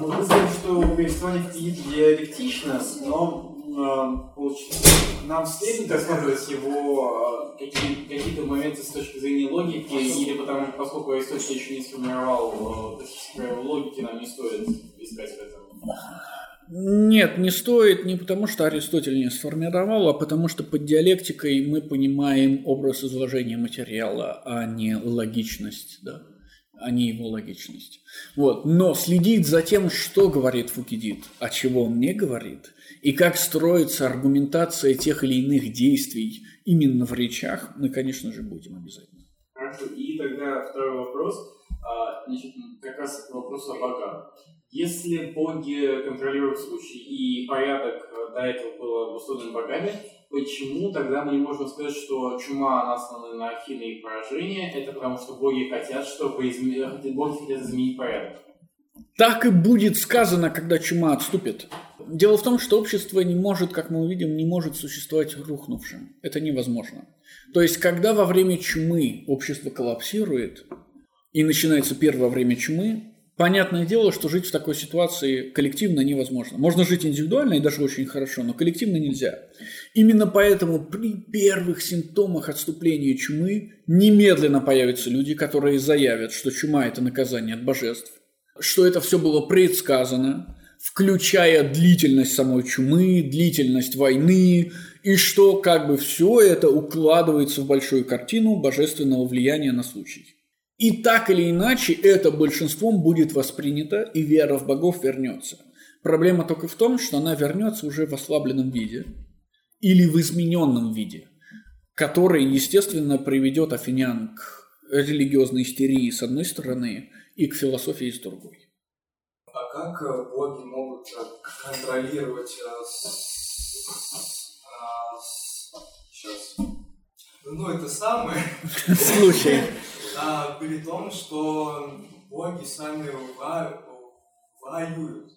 вы знаете, что повествование диалектично, но нам следует рассматривать его какие-то моменты с точки зрения логики, или поскольку Аристотель еще не сформировал классические правила логики, нам не стоит искать в этом? Нет, не стоит не потому, что Аристотель не сформировал, а потому что под диалектикой мы понимаем образ изложения материала, а не логичность, да, а не его логичность. Вот. Но следить за тем, что говорит Фукидид, а чего он не говорит, и как строится аргументация тех или иных действий именно в речах, мы, конечно же, будем обязательно. Хорошо. И тогда второй вопрос, значит, как раз к вопросу о богах. Если боги контролируют случай и порядок до этого был обусловлен богами, почему тогда мы не можем сказать, что чума наслана на Афины и поражение? Это потому, что боги хотят, боги хотят изменить порядок. Так и будет сказано, когда чума отступит. Дело в том, что общество не может, как мы увидим, не может существовать рухнувшим. Это невозможно. То есть, когда во время чумы общество коллапсирует, и начинается первое время чумы, понятное дело, что жить в такой ситуации коллективно невозможно. Можно жить индивидуально и даже очень хорошо, но коллективно нельзя. Именно поэтому при первых симптомах отступления чумы немедленно появятся люди, которые заявят, что чума – это наказание от божеств, что это все было предсказано, включая длительность самой чумы, длительность войны, и что как бы все это укладывается в большую картину божественного влияния на случай. И так или иначе это большинством будет воспринято, и вера в богов вернется. Проблема только в том, что она вернется уже в ослабленном виде или в измененном виде, который, естественно, приведет афинян к религиозной истерии с одной стороны и к философии с другой. А как боги могут контролировать сейчас? Ну, это самое. Слушай. При том, что боги сами воюют.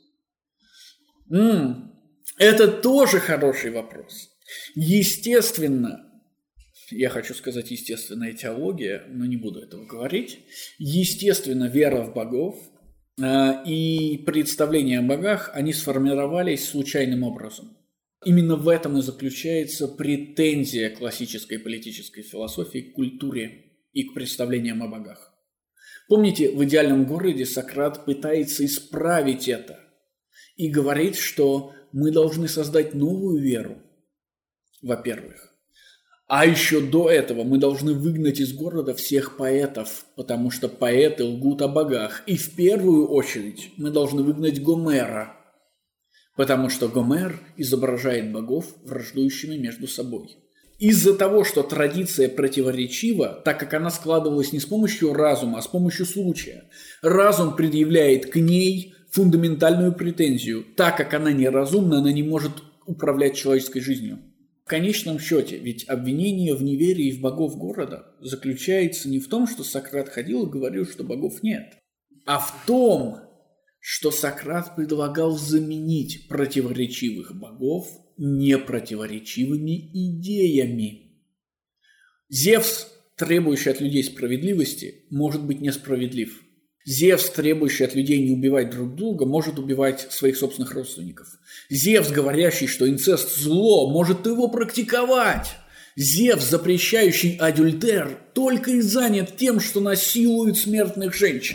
Это тоже хороший вопрос. Естественно, я хочу сказать естественная теология, но не буду этого говорить. Естественно, вера в богов и представления о богах, они сформировались случайным образом. Именно в этом и заключается претензия классической политической философии к культуре и к представлениям о богах. Помните, в «Идеальном городе» Сократ пытается исправить это и говорит, что мы должны создать новую веру, во-первых. А еще до этого мы должны выгнать из города всех поэтов, потому что поэты лгут о богах. И в первую очередь мы должны выгнать Гомера, потому что Гомер изображает богов враждующими между собой. Из-за того, что традиция противоречива, так как она складывалась не с помощью разума, а с помощью случая, разум предъявляет к ней фундаментальную претензию. Так как она неразумна, она не может управлять человеческой жизнью. В конечном счете, ведь обвинение в неверии в богов города заключается не в том, что Сократ ходил и говорил, что богов нет, а в том, что Сократ предлагал заменить противоречивых богов непротиворечивыми идеями. Зевс, требующий от людей справедливости, может быть несправедлив. Зевс, требующий от людей не убивать друг друга, может убивать своих собственных родственников. Зевс, говорящий, что инцест зло, может его практиковать. Зевс, запрещающий адюльтер, только и занят тем, что насилует смертных женщин.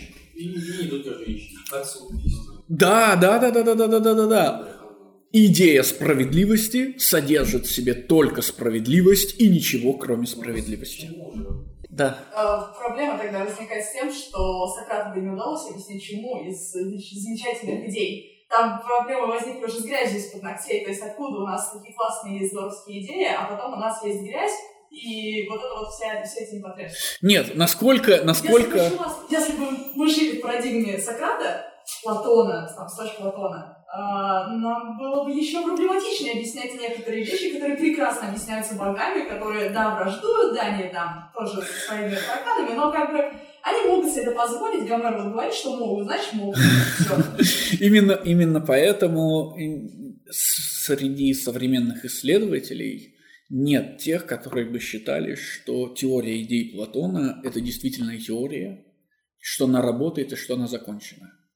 Да. Идея справедливости содержит в себе только справедливость и ничего, кроме справедливости. Да. Проблема тогда возникает с тем, что Сократу бы не удалось объяснить чему из замечательных идей. Там проблема возникла уже с грязью из-под ногтей. То есть откуда у нас такие классные здоровские идеи, а потом у нас есть грязь, и вот это вот все эти непотребства. Нет, насколько... Если бы мы жили в парадигме Сократа, Платона, там, с точки Платона, нам было бы еще проблематичнее объяснять некоторые вещи, которые прекрасно объясняются богами, которые, да, враждуют, да, они там тоже со своими тараканами, но как бы они могут себе это позволить. Гомер вот говорит, что могут, значит могут. Именно поэтому среди современных исследователей нет тех, которые бы считали, что теория идей Платона – это действительно теория, что она работает и что она закончена.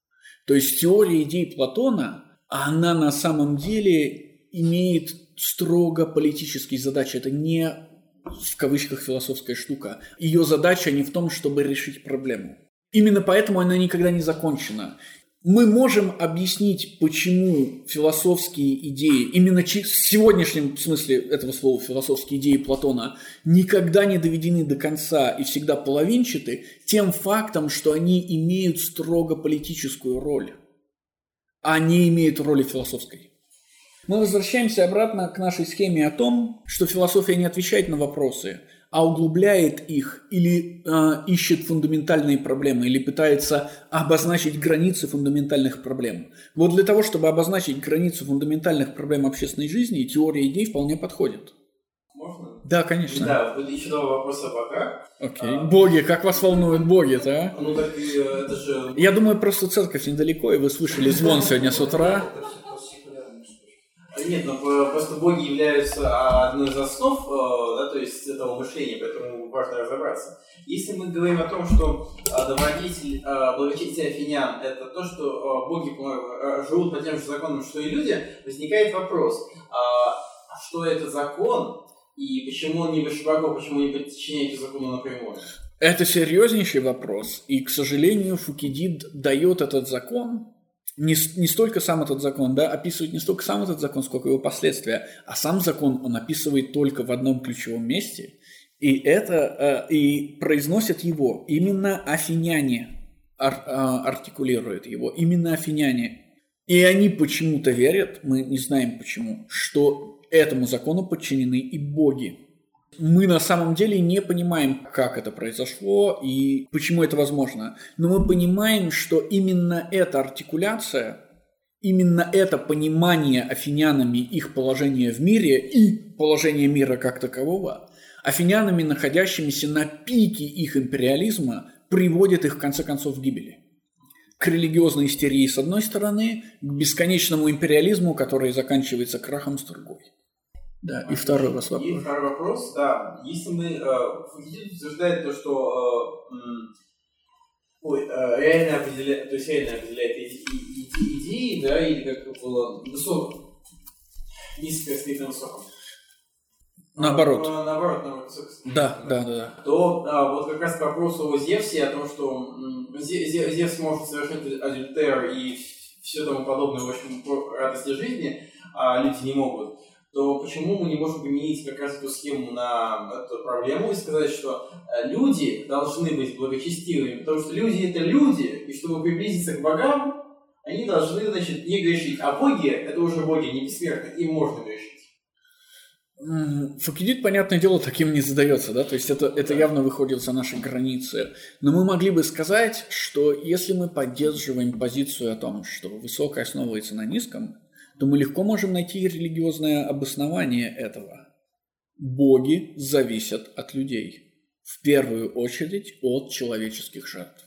То есть теория идей Платона, она на самом деле имеет строго политические задачи. Это не в кавычках философская штука. Ее задача не в том, чтобы решить проблему. Именно поэтому она никогда не закончена. Мы можем объяснить, почему философские идеи, именно в сегодняшнем смысле этого слова философские идеи Платона, никогда не доведены до конца и всегда половинчаты, тем фактом, что они имеют строго политическую роль, а не имеют роли философской. Мы возвращаемся обратно к нашей схеме о том, что философия не отвечает на вопросы, а углубляет их или ищет фундаментальные проблемы, или пытается обозначить границы фундаментальных проблем. Вот для того, чтобы обозначить границу фундаментальных проблем общественной жизни, теория идей вполне подходит. Можно? Да, конечно. Да, вот еще два вопроса о богах. Окей. Боги, как вас волнуют боги-то, а? Ну так это же... Я думаю, просто церковь недалеко, и вы слышали звон сегодня с утра. Нет, но просто боги являются одной из основ, да, то есть этого мышления, поэтому важно разобраться. Если мы говорим о том, что благочестие афинян – это то, что боги живут по тем же законам, что и люди, возникает вопрос, что это закон, и почему он не выше богов, почему не подчиняется закону напрямую? Это серьезнейший вопрос, и, к сожалению, Фукидид дает этот закон, не столько сам этот закон, да, описывает не столько сам этот закон, сколько его последствия, а сам закон он описывает только в одном ключевом месте, и произносят его именно афиняне, артикулируют его, именно афиняне. И они почему-то верят, мы не знаем почему, что этому закону подчинены и боги. Мы на самом деле не понимаем, как это произошло и почему это возможно. Но мы понимаем, что именно эта артикуляция, именно это понимание афинянами их положения в мире и положения мира как такового, афинянами, находящимися на пике их империализма, приводит их в конце концов к гибели. К религиозной истерии с одной стороны, к бесконечному империализму, который заканчивается крахом с другой. Да, и второй у вас вопрос. И второй вопрос, да. Если мы Фукидид утверждает то, что реально определяет идеи, да, или как было низкое стоит на высоком. Наоборот. Наоборот, высокое. Да. То вот как раз к вопросу о Зевсе, о том, что Зевс может совершить адюльтер и все тому подобное, в общем, радости жизни, а люди не могут, то почему мы не можем применить как раз эту схему на эту проблему и сказать, что люди должны быть благочестивыми, потому что люди – это люди, и чтобы приблизиться к богам, они должны, значит, не грешить, а боги – это уже боги, не бессмертны, им можно грешить. Фукидид, понятное дело, таким не задается, да, то есть это явно выходит за наши границы. Но мы могли бы сказать, что если мы поддерживаем позицию о том, что высокое основывается на низком, то мы легко можем найти религиозное обоснование этого. Боги зависят от людей. В первую очередь от человеческих жертв.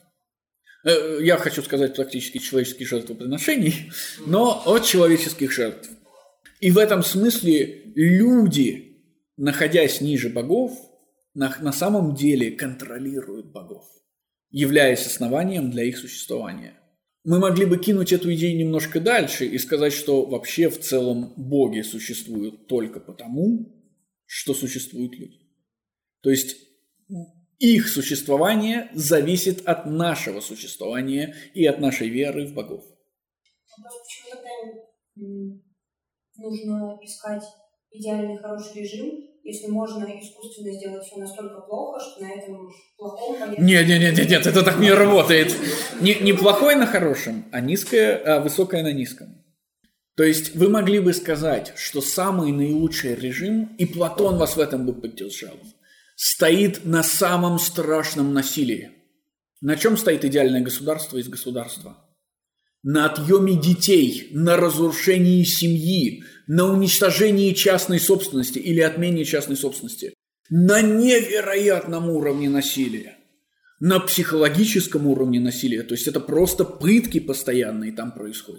Я хочу сказать практически человеческих жертвоприношений, но от человеческих жертв. И в этом смысле люди, находясь ниже богов, на самом деле контролируют богов, являясь основанием для их существования. Мы могли бы кинуть эту идею немножко дальше и сказать, что вообще в целом боги существуют только потому, что существуют люди. То есть их существование зависит от нашего существования и от нашей веры в богов. Почему тогда нужно искать идеальный хороший режим, если можно искусственно сделать все настолько плохо, что на этом плохом появится... Нет, это так не работает. Не плохое на хорошем, а высокое на низком. То есть вы могли бы сказать, что самый наилучший режим, и Платон вас в этом бы поддержал, стоит на самом страшном насилии. На чем стоит идеальное государство из государства? На отъеме детей, на разрушении семьи, на уничтожении частной собственности или отмене частной собственности, на невероятном уровне насилия, на психологическом уровне насилия, то есть это просто пытки постоянные там происходят.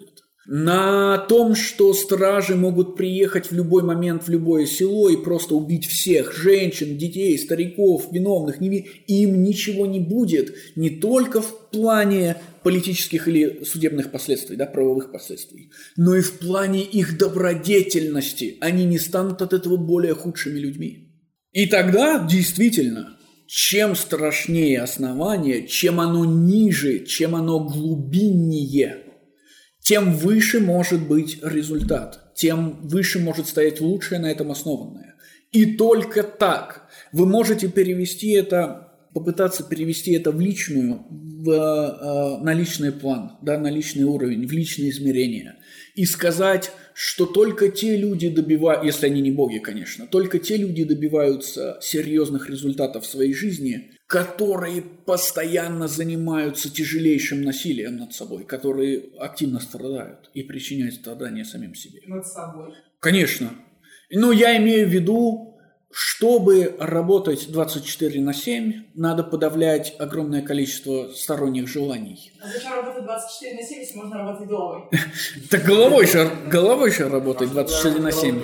на том, что стражи могут приехать в любой момент в любое село и просто убить всех, женщин, детей, стариков, виновных, им ничего не будет, не только в плане политических или судебных последствий, да, правовых последствий, но и в плане их добродетельности. Они не станут от этого более худшими людьми. И тогда, действительно, чем страшнее основание, чем оно ниже, чем оно глубиннее, тем выше может быть результат, тем выше может стоять лучшее на этом основанное. И только так вы можете попытаться перевести это в личную, на личный план, да, на личный уровень, в личные измерения. И сказать, что только те люди добиваются, если они не боги, конечно, только те люди добиваются серьезных результатов в своей жизни, которые постоянно занимаются тяжелейшим насилием над собой, которые активно страдают и причиняют страдания самим себе. Над собой. Конечно. Но я имею в виду, чтобы работать 24/7, надо подавлять огромное количество сторонних желаний. А зачем работать 24/7, если можно работать головой? Так головой же работает 24/7.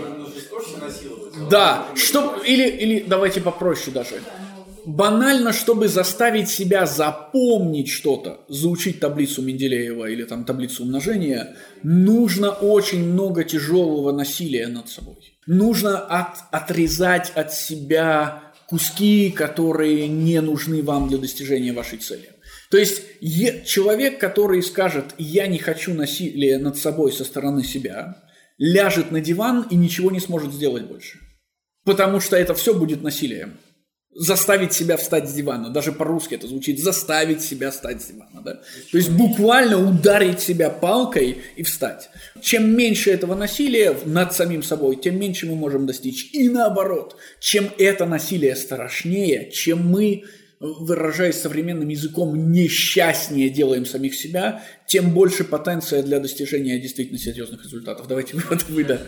Да, или давайте попроще даже. Банально, чтобы заставить себя запомнить что-то, заучить таблицу Менделеева или там таблицу умножения, нужно очень много тяжелого насилия над собой. Нужно отрезать от себя куски, которые не нужны вам для достижения вашей цели. То есть человек, который скажет «я не хочу насилия над собой со стороны себя», ляжет на диван и ничего не сможет сделать больше. Потому что это все будет насилием. Заставить себя встать с дивана. Даже по-русски это звучит «заставить себя встать с дивана». Да? То есть буквально ударить себя палкой и встать. Чем меньше этого насилия над самим собой, тем меньше мы можем достичь. И наоборот, чем это насилие страшнее, чем мы, выражаясь современным языком, несчастнее делаем самих себя, тем больше потенция для достижения действительно серьезных результатов. Давайте вы, да.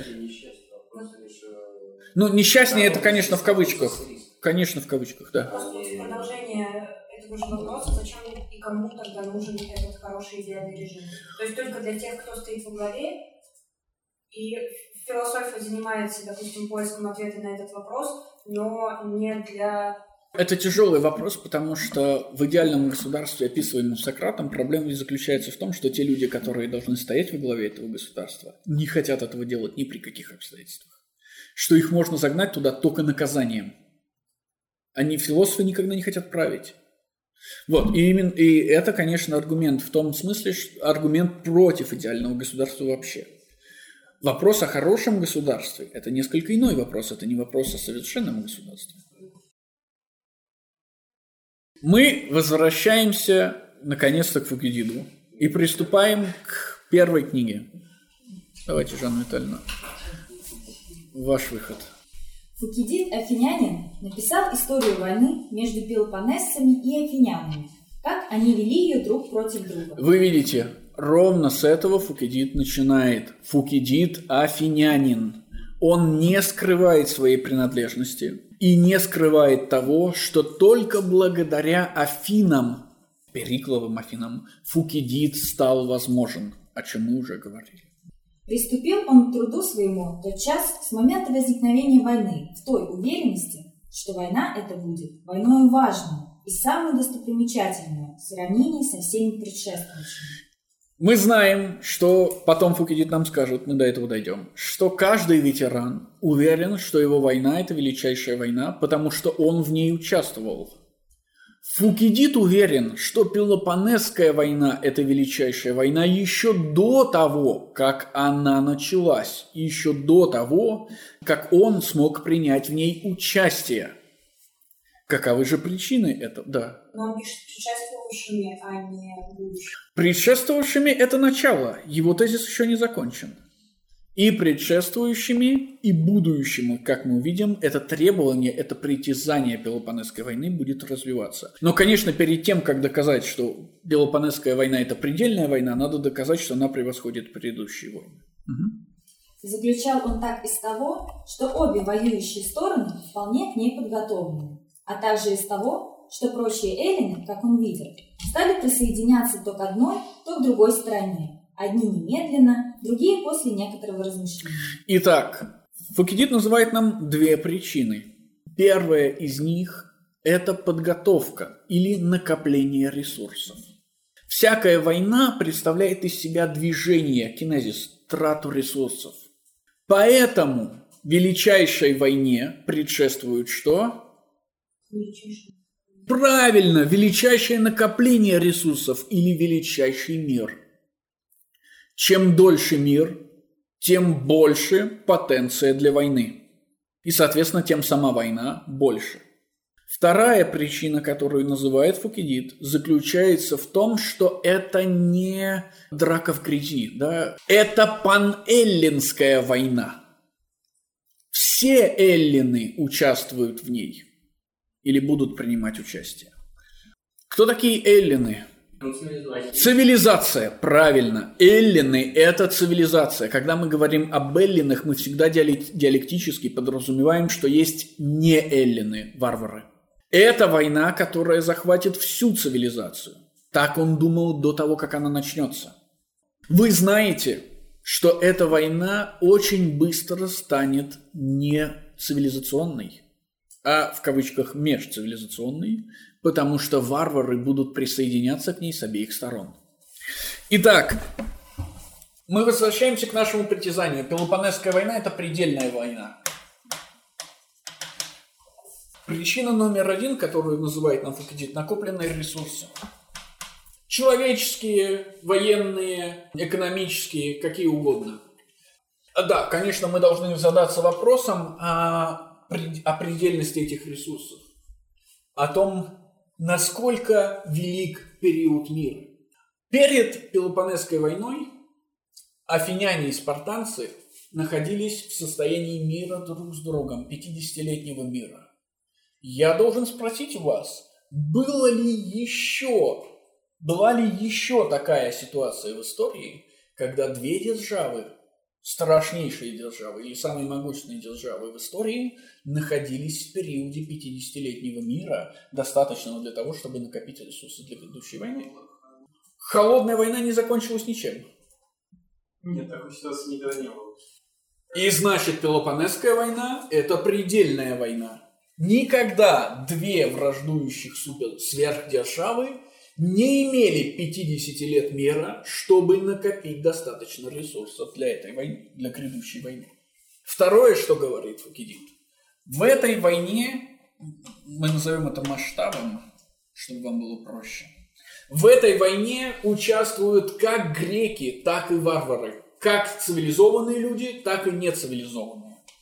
Ну, несчастнее это, конечно, в кавычках. Конечно, в кавычках, да. Продолжение этого же вопроса, зачем и кому тогда нужен этот хороший идеальный режим? То есть только для тех, кто стоит во главе, и философия занимается, допустим, поиском ответа на этот вопрос, но не для... Это тяжелый вопрос, потому что в идеальном государстве, описываемом Сократом, проблема заключается в том, что те люди, которые должны стоять во главе этого государства, не хотят этого делать ни при каких обстоятельствах. Что их можно загнать туда только наказанием. Философы никогда не хотят править. Вот, и это, конечно, аргумент в том смысле, что аргумент против идеального государства вообще. Вопрос о хорошем государстве – это несколько иной вопрос, это не вопрос о совершенном государстве. Мы возвращаемся, наконец-то, к Фукидиду и приступаем к первой книге. Давайте, Жанна Витальевна, ваш выход. Фукидид Афинянин написал историю войны между пелопоннесцами и афинянами, как они вели ее друг против друга. Вы видите, ровно с этого Фукидид начинает. Фукидид Афинянин. Он не скрывает своей принадлежности и не скрывает того, что только благодаря Афинам, Перикловым Афинам, Фукидид стал возможен, о чем мы уже говорили. Приступил он к труду своему тотчас с момента возникновения войны, в той уверенности, что война эта будет войною важной и самой достопримечательной в сравнении со всеми предшествующими. Мы знаем, что потом Фукидид нам скажет, мы до этого дойдем, что каждый ветеран уверен, что его война – это величайшая война, потому что он в ней участвовал. Фукидид уверен, что Пелопоннесская война – это величайшая война еще до того, как она началась, еще до того, как он смог принять в ней участие. Каковы же причины этого? Да. Но он пишет предшествовавшими, а не будущими. Предшествовавшими – это начало, его тезис еще не закончен. И предшествующими, и будущими, как мы увидим, это требование, это притязание Пелопоннесской войны будет развиваться. Но, конечно, перед тем, как доказать, что Пелопоннесская война – это предельная война, надо доказать, что она превосходит предыдущие войны. Угу. Заключал он так из того, что обе воюющие стороны вполне к ней подготовлены, а также из того, что прочие эллины, как он видел, стали присоединяться то к одной, то к другой стороне, Одни немедленно, другие после некоторого размышления. Итак, Фукидид называет нам две причины. Первая из них – это подготовка или накопление ресурсов. Всякая война представляет из себя движение, кинезис, трату ресурсов. Поэтому величайшей войне предшествует что? Правильно, величайшее накопление ресурсов или величайший мир. Чем дольше мир, тем больше потенция для войны. И, соответственно, тем сама война больше. Вторая причина, которую называет Фукидид, заключается в том, что это не драка в грязи, да? Это панэллинская война. Все эллины участвуют в ней или будут принимать участие. Кто такие эллины? Цивилизация, правильно. Эллины – это цивилизация. Когда мы говорим об эллинах, мы всегда диалектически подразумеваем, что есть не эллины, варвары. Это война, которая захватит всю цивилизацию. Так он думал до того, как она начнется. Вы знаете, что эта война очень быстро станет не цивилизационной, а в кавычках межцивилизационной, потому что варвары будут присоединяться к ней с обеих сторон. Итак, мы возвращаемся к нашему притязанию. Пелопоннесская война – это предельная война. Причина номер один, которую называет нам Фукидид, накопленные ресурсы. Человеческие, военные, экономические, какие угодно. Да, конечно, мы должны задаться вопросом о предельности этих ресурсов. О том, насколько велик период мира. Перед Пелопоннесской войной афиняне и спартанцы находились в состоянии мира друг с другом, 50-летнего мира. Я должен спросить у вас, была ли еще такая ситуация в истории, когда две державы, страшнейшие державы или самые могущественные державы в истории, находились в периоде 50-летнего мира, достаточного для того, чтобы накопить ресурсы для грядущей войны? Холодная война не закончилась ничем. Нет, такой ситуации никогда не было. И значит, Пелопоннесская война – это предельная война. Никогда две враждующих сверхдержавы не имели 50 лет мира, чтобы накопить достаточно ресурсов для этой войны, для грядущей войны. Второе, что говорит Фукидид. В этой войне, мы назовем это масштабом, чтобы вам было проще. В этой войне участвуют как греки, так и варвары. Как цивилизованные люди, так и нецивилизованные.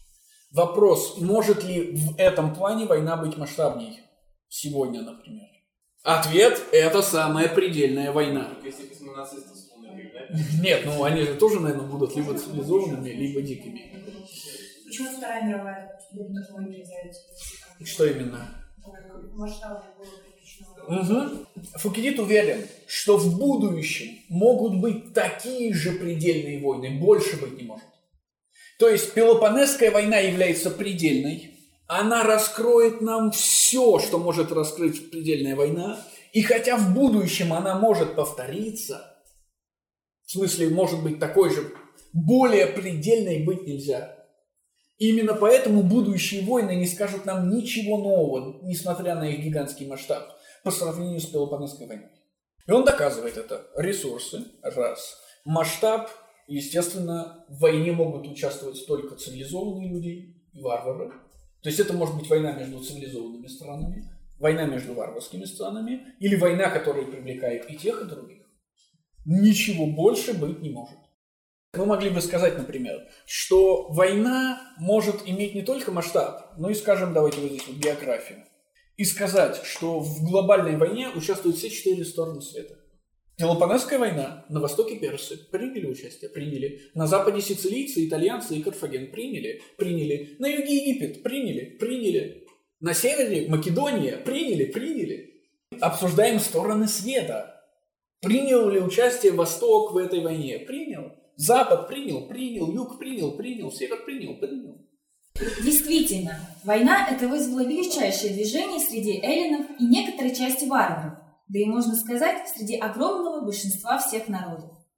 Вопрос, может ли в этом плане война быть масштабней? Сегодня, например. Ответ – это самая предельная война. Если космонавты вспомнили, да? Нет, ну они же тоже, наверное, будут либо цивилизованными, либо дикими. Почему Вторая мировая такого не является? Что именно? Масштабы было приключено. Фукидид уверен, что в будущем могут быть такие же предельные войны, больше быть не может. То есть Пелопоннесская война является предельной, она раскроет нам все, что может раскрыть предельная война, и хотя в будущем она может повториться, в смысле может быть такой же, более предельной быть нельзя. Именно поэтому будущие войны не скажут нам ничего нового, несмотря на их гигантский масштаб, по сравнению с Пелопоннесской войной. И он доказывает это. Ресурсы, раз. Масштаб, естественно, в войне могут участвовать только цивилизованные люди и варвары. То есть это может быть война между цивилизованными странами, война между варварскими странами или война, которая привлекает и тех, и других. Ничего больше быть не может. Мы могли бы сказать, например, что война может иметь не только масштаб, но и, скажем, давайте вот здесь вот географию. И сказать, что в глобальной войне участвуют все 4 стороны света. Пелопоннесская война, на востоке персы приняли участие, приняли. На западе сицилийцы, итальянцы и Карфаген приняли. На юге Египет приняли. На севере Македония приняли. Обсуждаем стороны света. Принял ли участие Восток в этой войне? Принял. Запад принял, юг принял, север принял. Действительно, война это вызвала величайшее движение среди эллинов и некоторой части варваров, да и можно сказать, среди огромного большинства всех народов.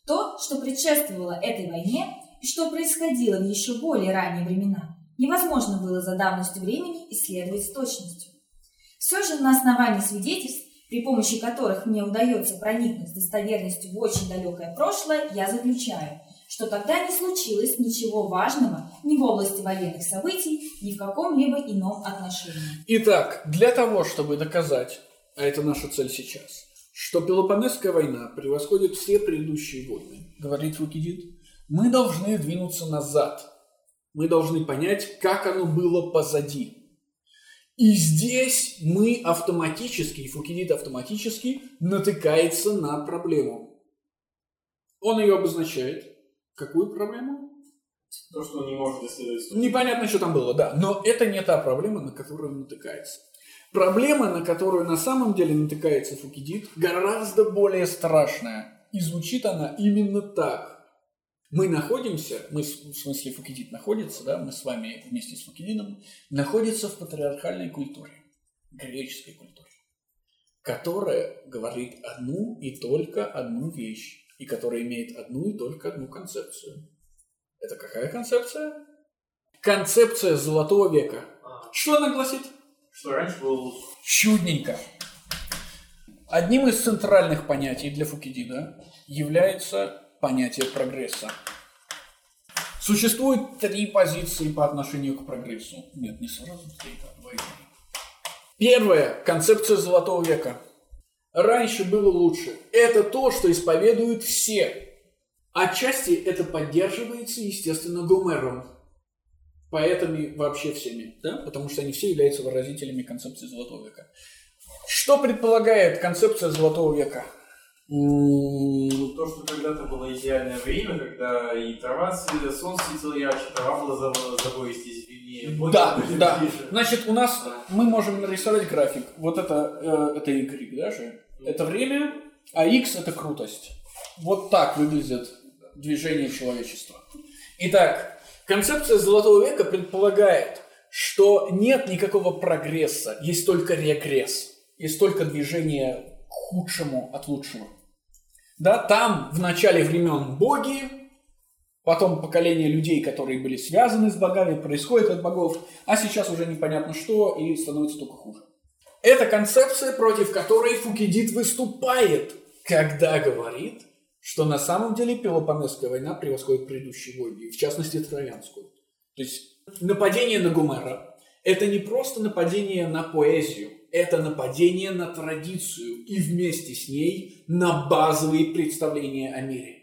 То, что предшествовало этой войне и что происходило в еще более ранние времена, невозможно было за давностью времени исследовать с точностью. Все же на основании свидетельств, при помощи которых мне удается проникнуть с достоверностью в очень далекое прошлое, я заключаю, что тогда не случилось ничего важного ни в области военных событий, ни в каком-либо ином отношении. Итак, для того, чтобы доказать, а это наша цель сейчас, что Пелопоннесская война превосходит все предыдущие войны, говорит Фукидид, мы должны двинуться назад. Мы должны понять, как оно было позади. И здесь мы автоматически, и Фукидид автоматически натыкается на проблему. Он ее обозначает. Какую проблему? То, что он не может исследовать. Непонятно, что там было, да. Но это не та проблема, на которую он натыкается. Проблема, на которую на самом деле натыкается Фукидид, гораздо более страшная. И звучит она именно так. Мы находимся, в смысле Фукидид находится, да, мы с вами вместе с Фукидидом, находится в патриархальной культуре, греческой культуре, которая говорит одну и только одну вещь, и которая имеет одну и только одну концепцию. Это какая концепция? Концепция Золотого века. Что она гласит? Что раньше был... Чудненько. Одним из центральных понятий для Фукидида является понятие прогресса. Существует 3 позиции по отношению к прогрессу. Нет, не сразу 3, а 2 и 3. Первая – концепция Золотого века. Раньше было лучше. Это то, что исповедуют все. Отчасти это поддерживается, естественно, Гомером. Поэтами вообще всеми. Да? Потому что они все являются выразителями концепции Золотого века. Что предполагает концепция Золотого века? То, что когда-то было идеальное время, когда и трава цвела, солнце светило ярче, трава была забористее, зеленее. Да. Значит, у нас мы можем нарисовать график. Вот это Y, да же? Это время, а X это крутость. Вот так выглядит движение человечества. Итак, концепция Золотого века предполагает, что нет никакого прогресса, есть только регресс, есть только движение к худшему от лучшего. Да, там в начале времен боги, потом поколение людей, которые были связаны с богами, происходит от богов, а сейчас уже непонятно что и становится только хуже. Это концепция, против которой Фукидид выступает, когда говорит, что на самом деле Пелопоннесская война превосходит предыдущие войны, в частности Троянскую. То есть нападение на Гомера – это не просто нападение на поэзию, это нападение на традицию и вместе с ней на базовые представления о мире.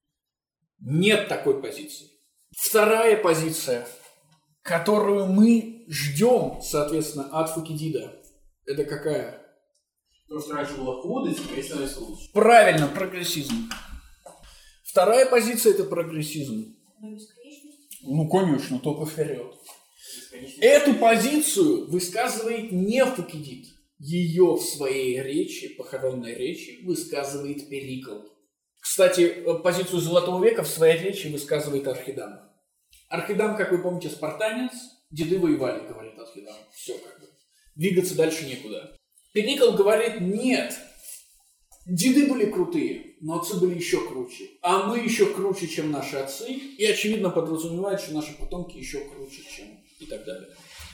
Нет такой позиции. Вторая позиция, которую мы ждем, соответственно, от Фукидида, это какая? То, что раньше было худо, теперь становится лучше. Правильно, прогрессизм. Вторая позиция – это прогрессизм. Ну, конечно, только вперед. Эту позицию высказывает не Фукидид. Ее в своей речи, похоронной речи, высказывает Перикл. Кстати, позицию Золотого века в своей речи высказывает Архидам. Архидам, как вы помните, спартанец, деды воевали, говорит Архидам. Все как бы. Двигаться дальше некуда. Перикл говорит, нет, деды были крутые, но отцы были еще круче. А мы еще круче, чем наши отцы. И, очевидно, подразумевает, что наши потомки еще круче, чем и так далее.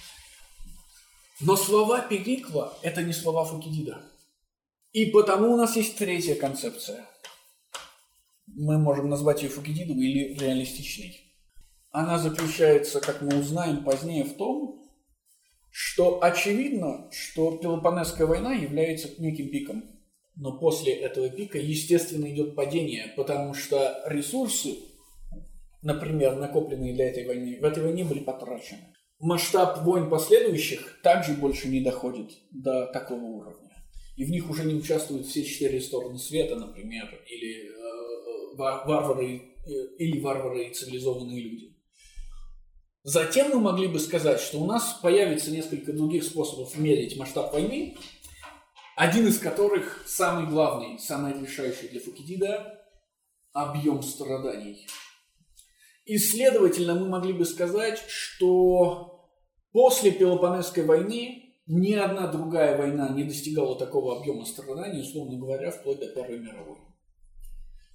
Но слова Перикла – это не слова Фукидида. И потому у нас есть третья концепция. Мы можем назвать ее Фукидидовой или реалистичной. Она заключается, как мы узнаем позднее, в том, что очевидно, что Пелопоннесская война является неким пиком. Но после этого пика, естественно, идет падение, потому что ресурсы, например, накопленные для этой войны, в этой войне были потрачены. Масштаб войн последующих также больше не доходит до такого уровня. И в них уже не участвуют все 4 стороны света, например, или варвары и цивилизованные люди. Затем мы могли бы сказать, что у нас появится несколько других способов мерить масштаб войны, один из которых самый главный, самый решающий для Фукидида – объем страданий. И, следовательно, мы могли бы сказать, что после Пелопоннесской войны ни одна другая война не достигала такого объема страданий, условно говоря, вплоть до Первой мировой.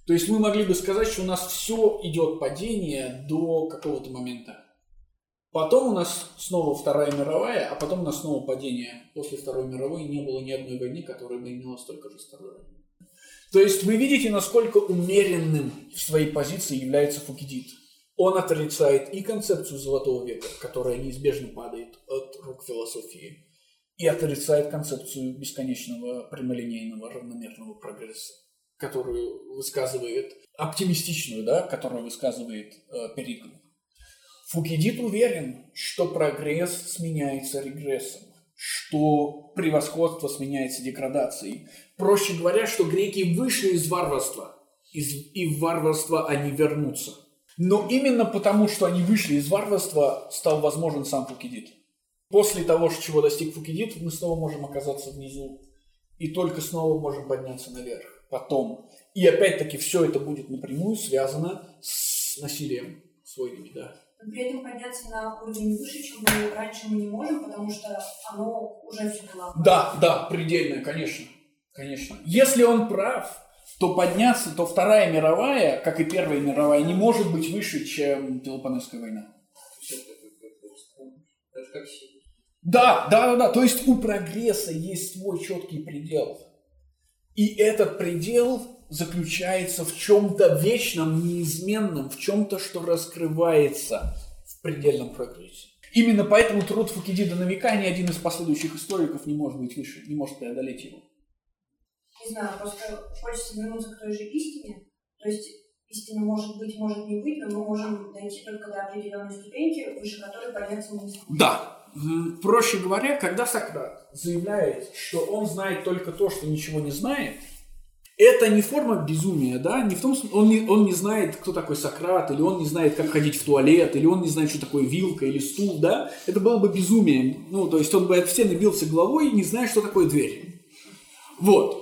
То есть мы могли бы сказать, что у нас все идет падение до какого-то момента. Потом у нас снова Вторая мировая, а потом у нас снова падение. После Второй мировой не было ни одной войны, которая бы имела столько же с Второй войны. То есть вы видите, насколько умеренным в своей позиции является Фукидид. Он отрицает и концепцию Золотого века, которая неизбежно падает от рук философии, и отрицает концепцию бесконечного прямолинейного равномерного прогресса, которую высказывает, оптимистичную, да, которую высказывает Перикл. Фукидид уверен, что прогресс сменяется регрессом, что превосходство сменяется деградацией. Проще говоря, что греки вышли из варварства, и в варварство они вернутся. Но именно потому, что они вышли из варварства, стал возможен сам Фукидид. После того, чего достиг Фукидид, мы снова можем оказаться внизу, и только снова можем подняться наверх, потом. И опять-таки все это будет напрямую связано с насилием с войнами, да. Но при этом подняться на уровень выше, чем мы раньше, мы не можем, потому что оно уже все было. Да, предельное, конечно. Если он прав, то подняться, то Вторая мировая, как и Первая мировая, не может быть выше, чем Пелопоннесская война. Это как сила. Да. То есть у прогресса есть свой четкий предел. И этот предел заключается в чем-то вечном, неизменном, в чем-то, что раскрывается в предельном прогрессе. Именно поэтому труд Фукидида на века ни один из последующих историков не может быть выше, не может преодолеть его. Не знаю, просто хочется вернуться к той же истине. То есть истина может быть, может не быть, но мы можем дойти только до определенной ступеньки, выше которой подняться мы не сможем. Да. Проще говоря, когда Сократ заявляет, что он знает только то, что ничего не знает, это не форма безумия, да, не в том смысле, он не знает, кто такой Сократ, или он не знает, как ходить в туалет, или он не знает, что такое вилка или стул, да, это было бы безумием, то есть он бы от стены бился головой, не зная, что такое дверь. Вот.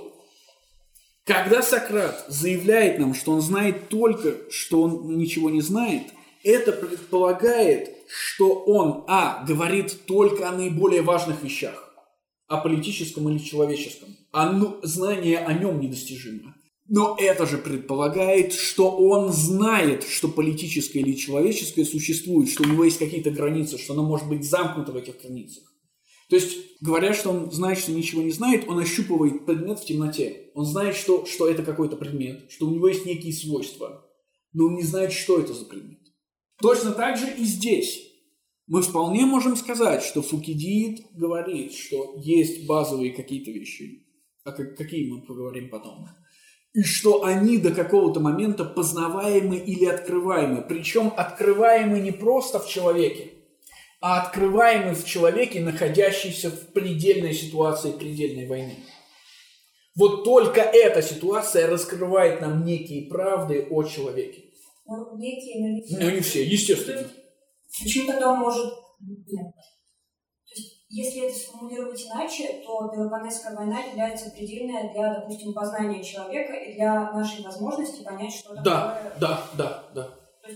Когда Сократ заявляет нам, что он знает только, что он ничего не знает, это предполагает, что он, говорит только о наиболее важных вещах, о политическом или человеческом, знание о нем недостижимо. Но это же предполагает, что он знает, что политическое или человеческое существует, что у него есть какие-то границы, что оно может быть замкнуто в этих границах. То есть, говоря, что он знает, что ничего не знает, он ощупывает предмет в темноте. Он знает, что это какой-то предмет, что у него есть некие свойства, но он не знает, что это за предмет. Точно так же и здесь. Мы вполне можем сказать, что Фукидид говорит, что есть базовые какие-то вещи, а какие мы поговорим потом, и что они до какого-то момента познаваемы или открываемы. Причем открываемы не просто в человеке, а открываемы в человеке, находящейся в предельной ситуации предельной войны. Вот только эта ситуация раскрывает нам некие правды о человеке. Некие, но не все, естественно. Почему тогда он может... Нет. То есть, если это сформулировать иначе, то Пелопоннесская война является предельной для, допустим, познания человека и для нашей возможности понять, что такое... Да.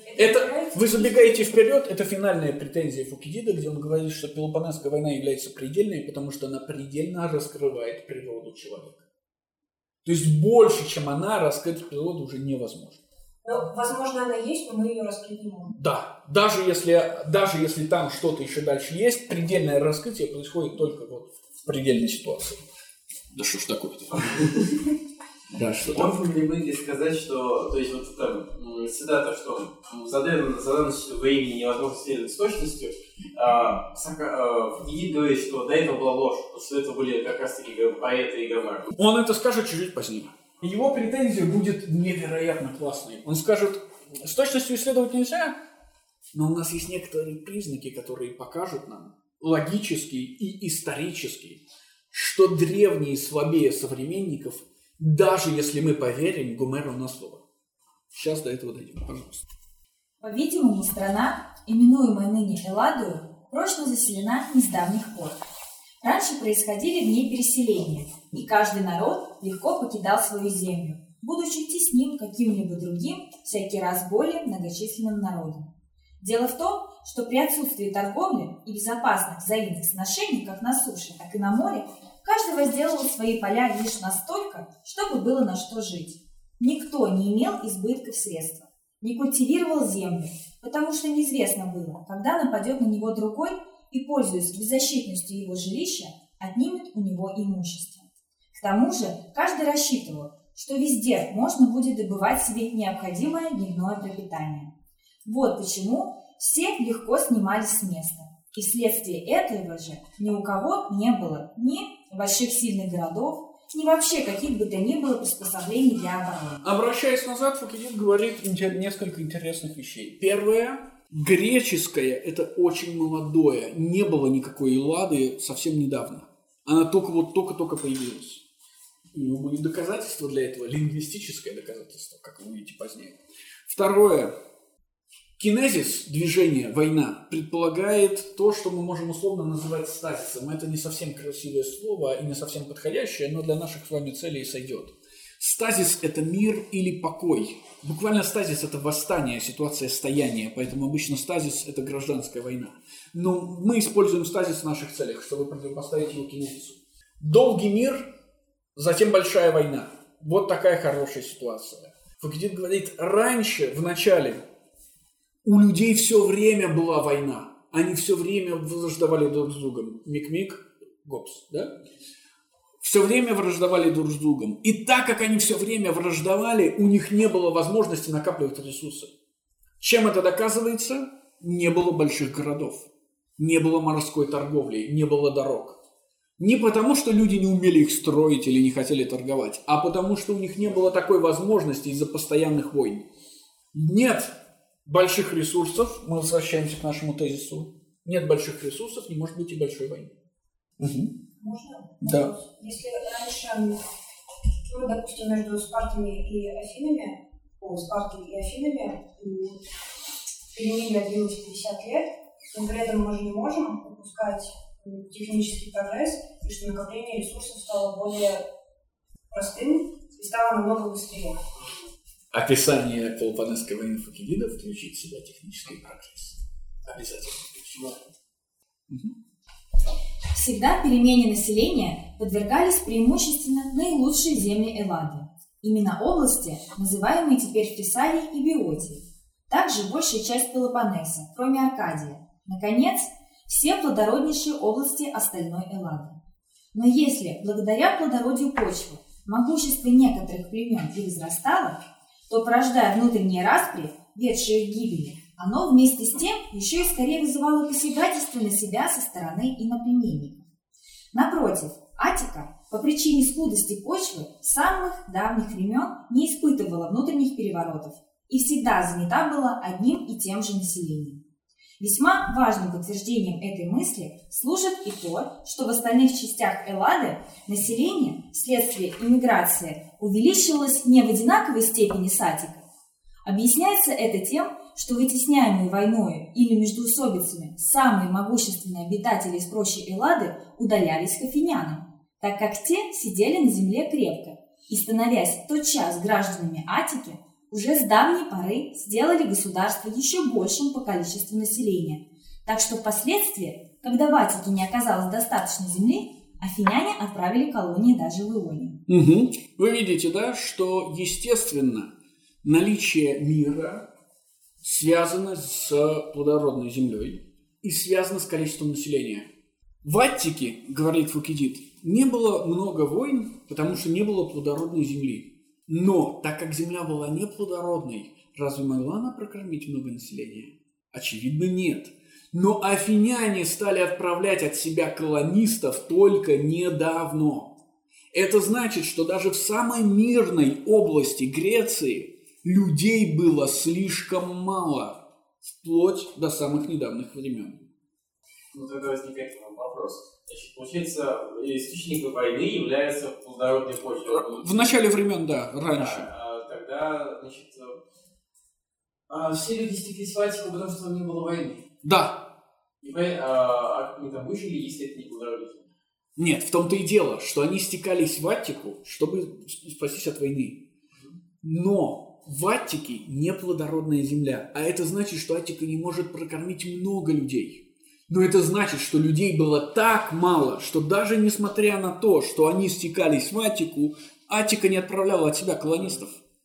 Вы забегаете вперед, это финальная претензия Фукидида, где он говорит, что Пелопоннесская война является предельной, потому что она предельно раскрывает природу человека. То есть больше, чем она, раскрыть природу уже невозможно. Ну, возможно, она есть, но мы ее раскрыть не можем. Да, даже если там что-то еще дальше есть, предельное раскрытие происходит только вот в предельной ситуации. Да что ж такое-то? Да, что там? Можно ли мы сказать, что, то есть вот там цитата, что за данность времени невозможно следовать с точностью, Фукидид говорит, что до этого была ложь, что это были как раз-таки поэты и Гомер. Он это скажет чуть-чуть позднее. Его претензия будет невероятно классной. Он скажет, с точностью исследовать нельзя, но у нас есть некоторые признаки, которые покажут нам логически и исторически, что древние слабее современников, даже если мы поверим Гомеру на слово. Сейчас до этого дойдем, пожалуйста. По-видимому, страна, именуемая ныне Элладою, прочно заселена не с давних пор. Раньше происходили в ней переселения, и каждый народ легко покидал свою землю, будучи тесним каким-либо другим, всякий раз более многочисленным народом. Дело в том, что при отсутствии торговли и безопасных взаимных сношений как на суше, так и на море, каждый возделывал свои поля лишь настолько, чтобы было на что жить. Никто не имел избытков средств, не культивировал землю, потому что неизвестно было, когда нападет на него другой и, пользуясь беззащитностью его жилища, отнимет у него имущество. К тому же каждый рассчитывал, что везде можно будет добывать себе необходимое дневное пропитание. Вот почему все легко снимались с места. И вследствие этого же ни у кого не было ни больших сильных городов, ни вообще каких бы то ни было приспособлений для обороны. Обращаясь назад, Фукидид говорит несколько интересных вещей. Первое. Греческое – это очень молодое. Не было никакой Эллады совсем недавно. Она только появилась. И у него будет доказательство для этого, лингвистическое доказательство, как вы увидите позднее. Второе. Кинезис, движение, война, предполагает то, что мы можем условно называть стазисом. Это не совсем красивое слово и не совсем подходящее, но для наших с вами целей сойдет. Стазис – это мир или покой. Буквально стазис – это восстание, ситуация стояния, поэтому обычно стазис – это гражданская война. Но мы используем стазис в наших целях, чтобы противопоставить его кинезису. Долгий мир, затем большая война. Вот такая хорошая ситуация. Фукидид говорит, раньше, в начале, у людей все время была война. Они все время враждовали друг с другом. Мик-мик, гопс, да? Все время враждовали друг с другом. И так как они все время враждовали, у них не было возможности накапливать ресурсы. Чем это доказывается? Не было больших городов. Не было морской торговли, не было дорог. Не потому, что люди не умели их строить или не хотели торговать, а потому, что у них не было такой возможности из-за постоянных войн. Нет больших ресурсов, мы возвращаемся к нашему тезису, нет больших ресурсов, не может быть и большой войны. Можно? Да. Если раньше, допустим, между Спартой и Афинами перемирие длилось 50 лет, но при этом мы же не можем упускать технический прогресс, и что накопление ресурсов стало более простым и стало намного быстрее. Описание Пелопоннесской войны Фукидида включит в себя технический прогресс. Обязательно включит. Всегда перемене населения подвергались преимущественно наилучшие земли Эллады. Именно области, называемые теперь Фессалией и Биотией. Также большая часть Пелопоннеса, кроме Аркадия. Наконец, все плодороднейшие области остальной Эллады. Но если, благодаря плодородию почвы, могущество некоторых племен и возрастало, то, порождая внутренние распри, ведшие к гибели, оно вместе с тем еще и скорее вызывало посягательство на себя со стороны иноплеменников. Напротив, Аттика, по причине скудости почвы, с самых давних времен не испытывала внутренних переворотов и всегда занята была одним и тем же населением. Весьма важным подтверждением этой мысли служит и то, что в остальных частях Эллады население вследствие иммиграции увеличивалось не в одинаковой степени с Аттикой. Объясняется это тем, что вытесняемые войной или междоусобицами самые могущественные обитатели из прочей Эллады удалялись к афинянам, так как те сидели на земле крепко и, становясь тотчас гражданами Аттики, уже с давней поры сделали государство еще большим по количеству населения. Так что впоследствии, когда в Аттике не оказалось достаточно земли, афиняне отправили колонии даже в Ионию. Вы видите, да, что, естественно, наличие мира связано с плодородной землей и связано с количеством населения. В Аттике, говорит Фукидид, не было много войн, потому что не было плодородной земли. Но, так как земля была неплодородной, разве могла она прокормить много населения? Очевидно, нет. Но афиняне стали отправлять от себя колонистов только недавно. Это значит, что даже в самой мирной области Греции людей было слишком мало, вплоть до самых недавних времен. Ну, тогда возникает вопрос. Значит, получается, источником войны является плодородная почва. В начале времен, да, раньше. Да, тогда, значит, все люди стеклись в Аттику, потому что не было войны. Да. А как они там выжили, если это не плодородная земля? Нет, в том-то и дело, что они стекались в Аттику, чтобы спастись от войны. Но в Аттике не плодородная земля, а это значит, что Аттика не может прокормить много людей. Но это значит, что людей было так мало, что даже несмотря на то, что они стекались в Аттику, Аттика не отправляла от себя колонистов.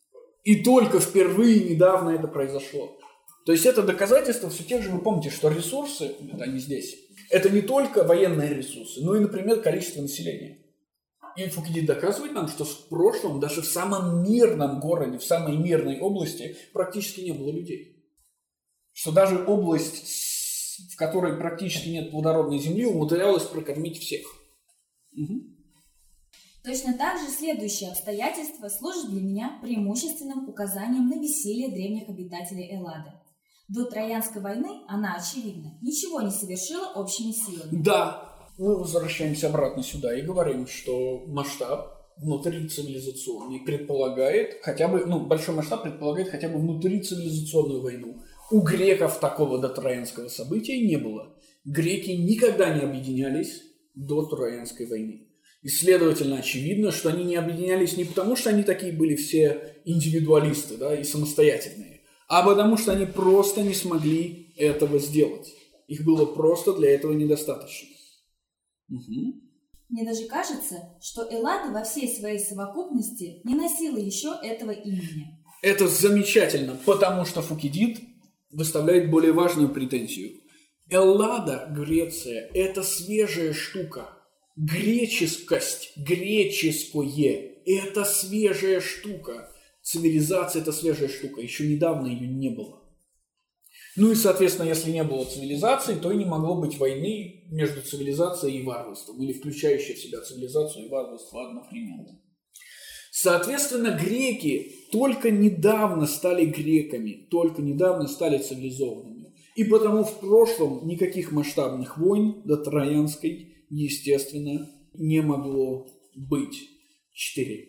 И только впервые недавно это произошло. То есть это доказательство все тех же, вы помните, что ресурсы, они здесь, это не только военные ресурсы, но и, например, количество населения. И Фукидид доказывает нам, что в прошлом даже в самом мирном городе, в самой мирной области практически не было людей. Что даже область, в которой практически нет плодородной земли, умудрялась прокормить всех. Угу. Точно так же следующее обстоятельство служит для меня преимущественным указанием на бессилие древних обитателей Эллады. До Троянской войны она, очевидно, ничего не совершила общими силами. Да, мы возвращаемся обратно сюда и говорим, что масштаб внутрицивилизационный предполагает хотя бы, большой масштаб предполагает хотя бы внутрицивилизационную войну. У греков такого до Троянского события не было. Греки никогда не объединялись до Троянской войны. И, следовательно, очевидно, что они не объединялись не потому, что они такие были все индивидуалисты, да, и самостоятельные, а потому что они просто не смогли этого сделать. Их было просто для этого недостаточно. Угу. Мне даже кажется, что Эллада во всей своей совокупности не носила еще этого имени. Это замечательно, потому что Фукидид выставляет более важную претензию. Эллада, Греция, это свежая штука. Греческость, греческое – это свежая штука. Цивилизация – это свежая штука. Еще недавно ее не было. Ну и, соответственно, если не было цивилизации, то и не могло быть войны между цивилизацией и варварством, или включающей в себя цивилизацию и варварство одновременно. Соответственно, греки только недавно стали греками, только недавно стали цивилизованными. И потому в прошлом никаких масштабных войн до Троянской, естественно, не могло быть. 4.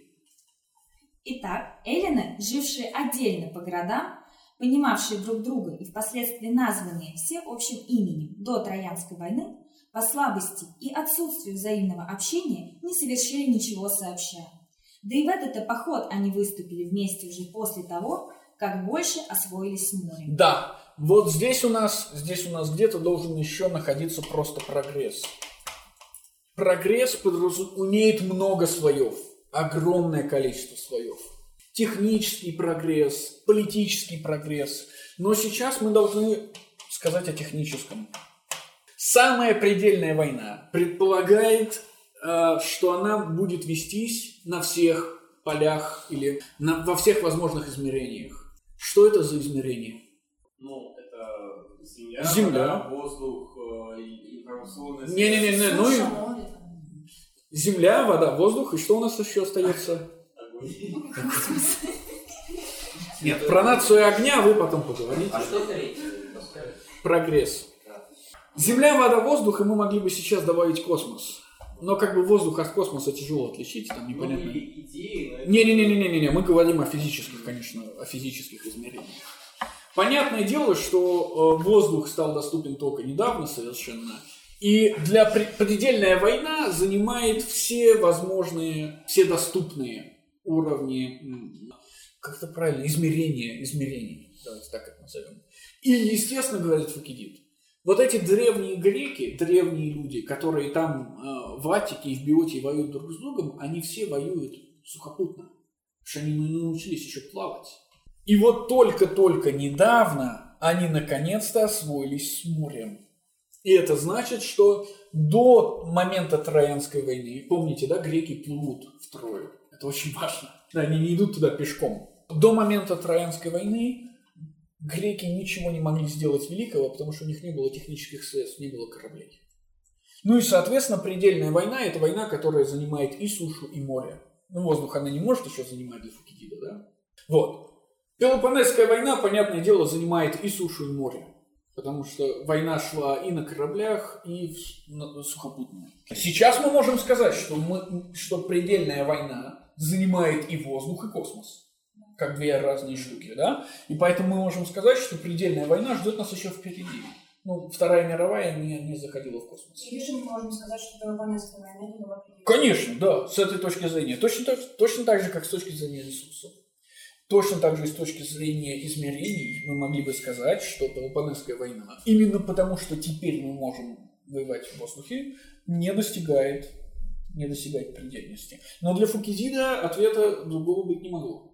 Итак, эллины, жившие отдельно по городам, понимавшие друг друга и впоследствии названные все общим именем до Троянской войны, по слабости и отсутствию взаимного общения не совершили ничего сообща. Да и в этот поход они выступили вместе уже после того, как больше освоились с морем. Да, вот здесь у нас где-то должен еще находиться просто прогресс. Прогресс имеет много слоев, огромное количество слоев. Технический прогресс, политический прогресс. Но сейчас мы должны сказать о техническом. Самая предельная война предполагает, что она будет вестись на всех полях или во всех возможных измерениях. Что это за измерения? Это земля, Земля. Вода, воздух, информационная... Не, земля, вода, воздух, и что у нас еще остается? Нет, про нацию огня вы потом поговорите. А что третье? Прогресс. Земля, вода, воздух, и мы могли бы сейчас добавить космос. Но воздух от космоса тяжело отличить, там непонятно. Не, мы говорим о физических, конечно, о физических измерениях. Понятное дело, что воздух стал доступен только недавно совершенно, и предельная война занимает все возможные, все доступные уровни, как это правильно, измерений, давайте так это назовем. И, естественно, говорит Фукидид, вот эти древние греки, древние люди, которые там в Аттике и в Биотии воюют друг с другом, они все воюют сухопутно, потому что они не научились еще плавать. И вот только-только недавно они наконец-то освоились с морем. И это значит, что до момента Троянской войны, помните, да, греки плывут в Трою, это очень важно, да, они не идут туда пешком. До момента Троянской войны греки ничего не могли сделать великого, потому что у них не было технических средств, не было кораблей. Ну и, соответственно, предельная война – это война, которая занимает и сушу, и море. Воздух она не может еще занимать для Фукидида, да? Вот. Пелопоннесская война, понятное дело, занимает и сушу, и море. Потому что война шла и на кораблях, и сухопутно. Сейчас мы можем сказать, что предельная война занимает и воздух, и космос. Как две разные штуки, да? И поэтому мы можем сказать, что предельная война ждет нас еще впереди. Вторая мировая не заходила в космос. Или же мы можем сказать, что Пелопоннесская война не была предельной? Конечно, да, с этой точки зрения. Точно так же, как с точки зрения ресурсов. Точно так же и с точки зрения измерений мы могли бы сказать, что Пелопоннесская война, именно потому что теперь мы можем воевать в воздухе, не достигает предельности. Но для Фукидида ответа другого быть не могло.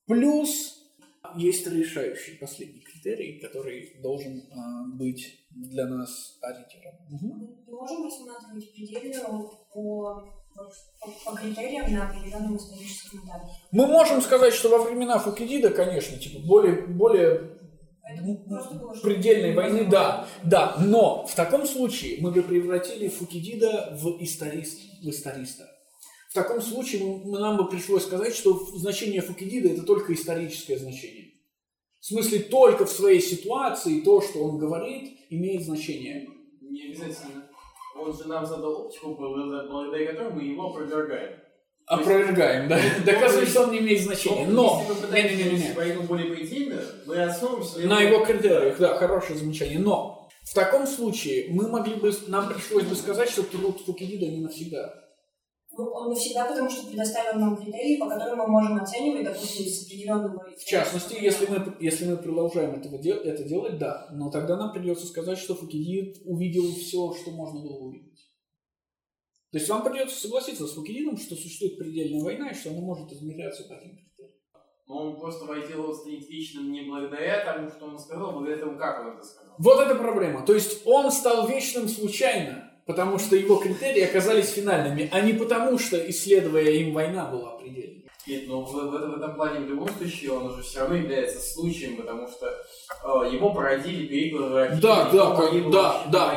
Плюс есть решающий последний критерий, который должен быть для нас ориентиром. Мы можем рассматривать предельную по критериям на определенном историческом этапе. Мы можем сказать, что во времена Фукидида, конечно, более предельной войны, да, но в таком случае мы бы превратили Фукидида в историста. В таком случае нам бы пришлось сказать, что значение Фукидида это только историческое значение. В смысле, только в своей ситуации то, что он говорит, имеет значение. Не обязательно. Он же нам задал оптику, благодаря которой мы его опровергаем. Опровергаем, да? Доказывает, что он не имеет значения. Но, если мы пытаемся войну более предельно, мы основываемся на его критериях, да, хорошее замечание. Но в таком случае нам пришлось бы сказать, что труд Фукидида не навсегда. Ну, он навсегда, потому что предоставил нам критерии, по которым мы можем оценивать, допустим, с определенного... В частности, если мы продолжаем это делать, да. Но тогда нам придется сказать, что Фукидид увидел все, что можно было увидеть. То есть вам придется согласиться с Фукидидом, что существует предельная война и что она может измеряться по таким критериям. Но он просто хотел станет вечным не благодаря тому, что он сказал, а благодаря тому, как он это сказал. Вот эта проблема. То есть он стал вечным случайно, потому что его критерии оказались финальными, а не потому, что, исследуя им, война была предельной. Нет, но в этом плане в любом случае он уже все равно является случаем, потому что его породили переклады. Да,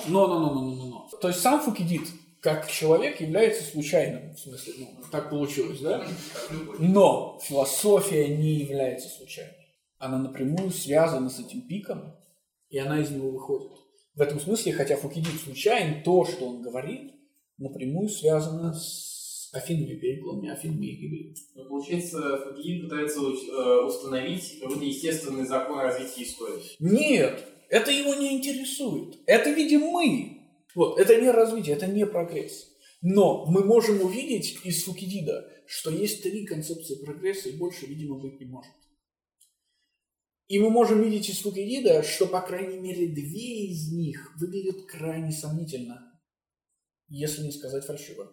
но. То есть сам Фукидид, как человек, является случайным. В смысле, так получилось, да? Но философия не является случайной. Она напрямую связана с этим пиком, и она из него выходит. В этом смысле, хотя Фукидид случайен, то, что он говорит, напрямую связано с Афинами, переклонами Афинами и Гибелью. Но получается, Фукидид пытается установить какой-то естественный закон развития истории. Нет, это его не интересует. Это видим мы. Вот, это не развитие, это не прогресс. Но мы можем увидеть из Фукидида, что есть 3 концепции прогресса, и больше, видимо, быть не может. И мы можем видеть из Фукидида, что, по крайней мере, 2 из них выглядят крайне сомнительно, если не сказать фальшиво.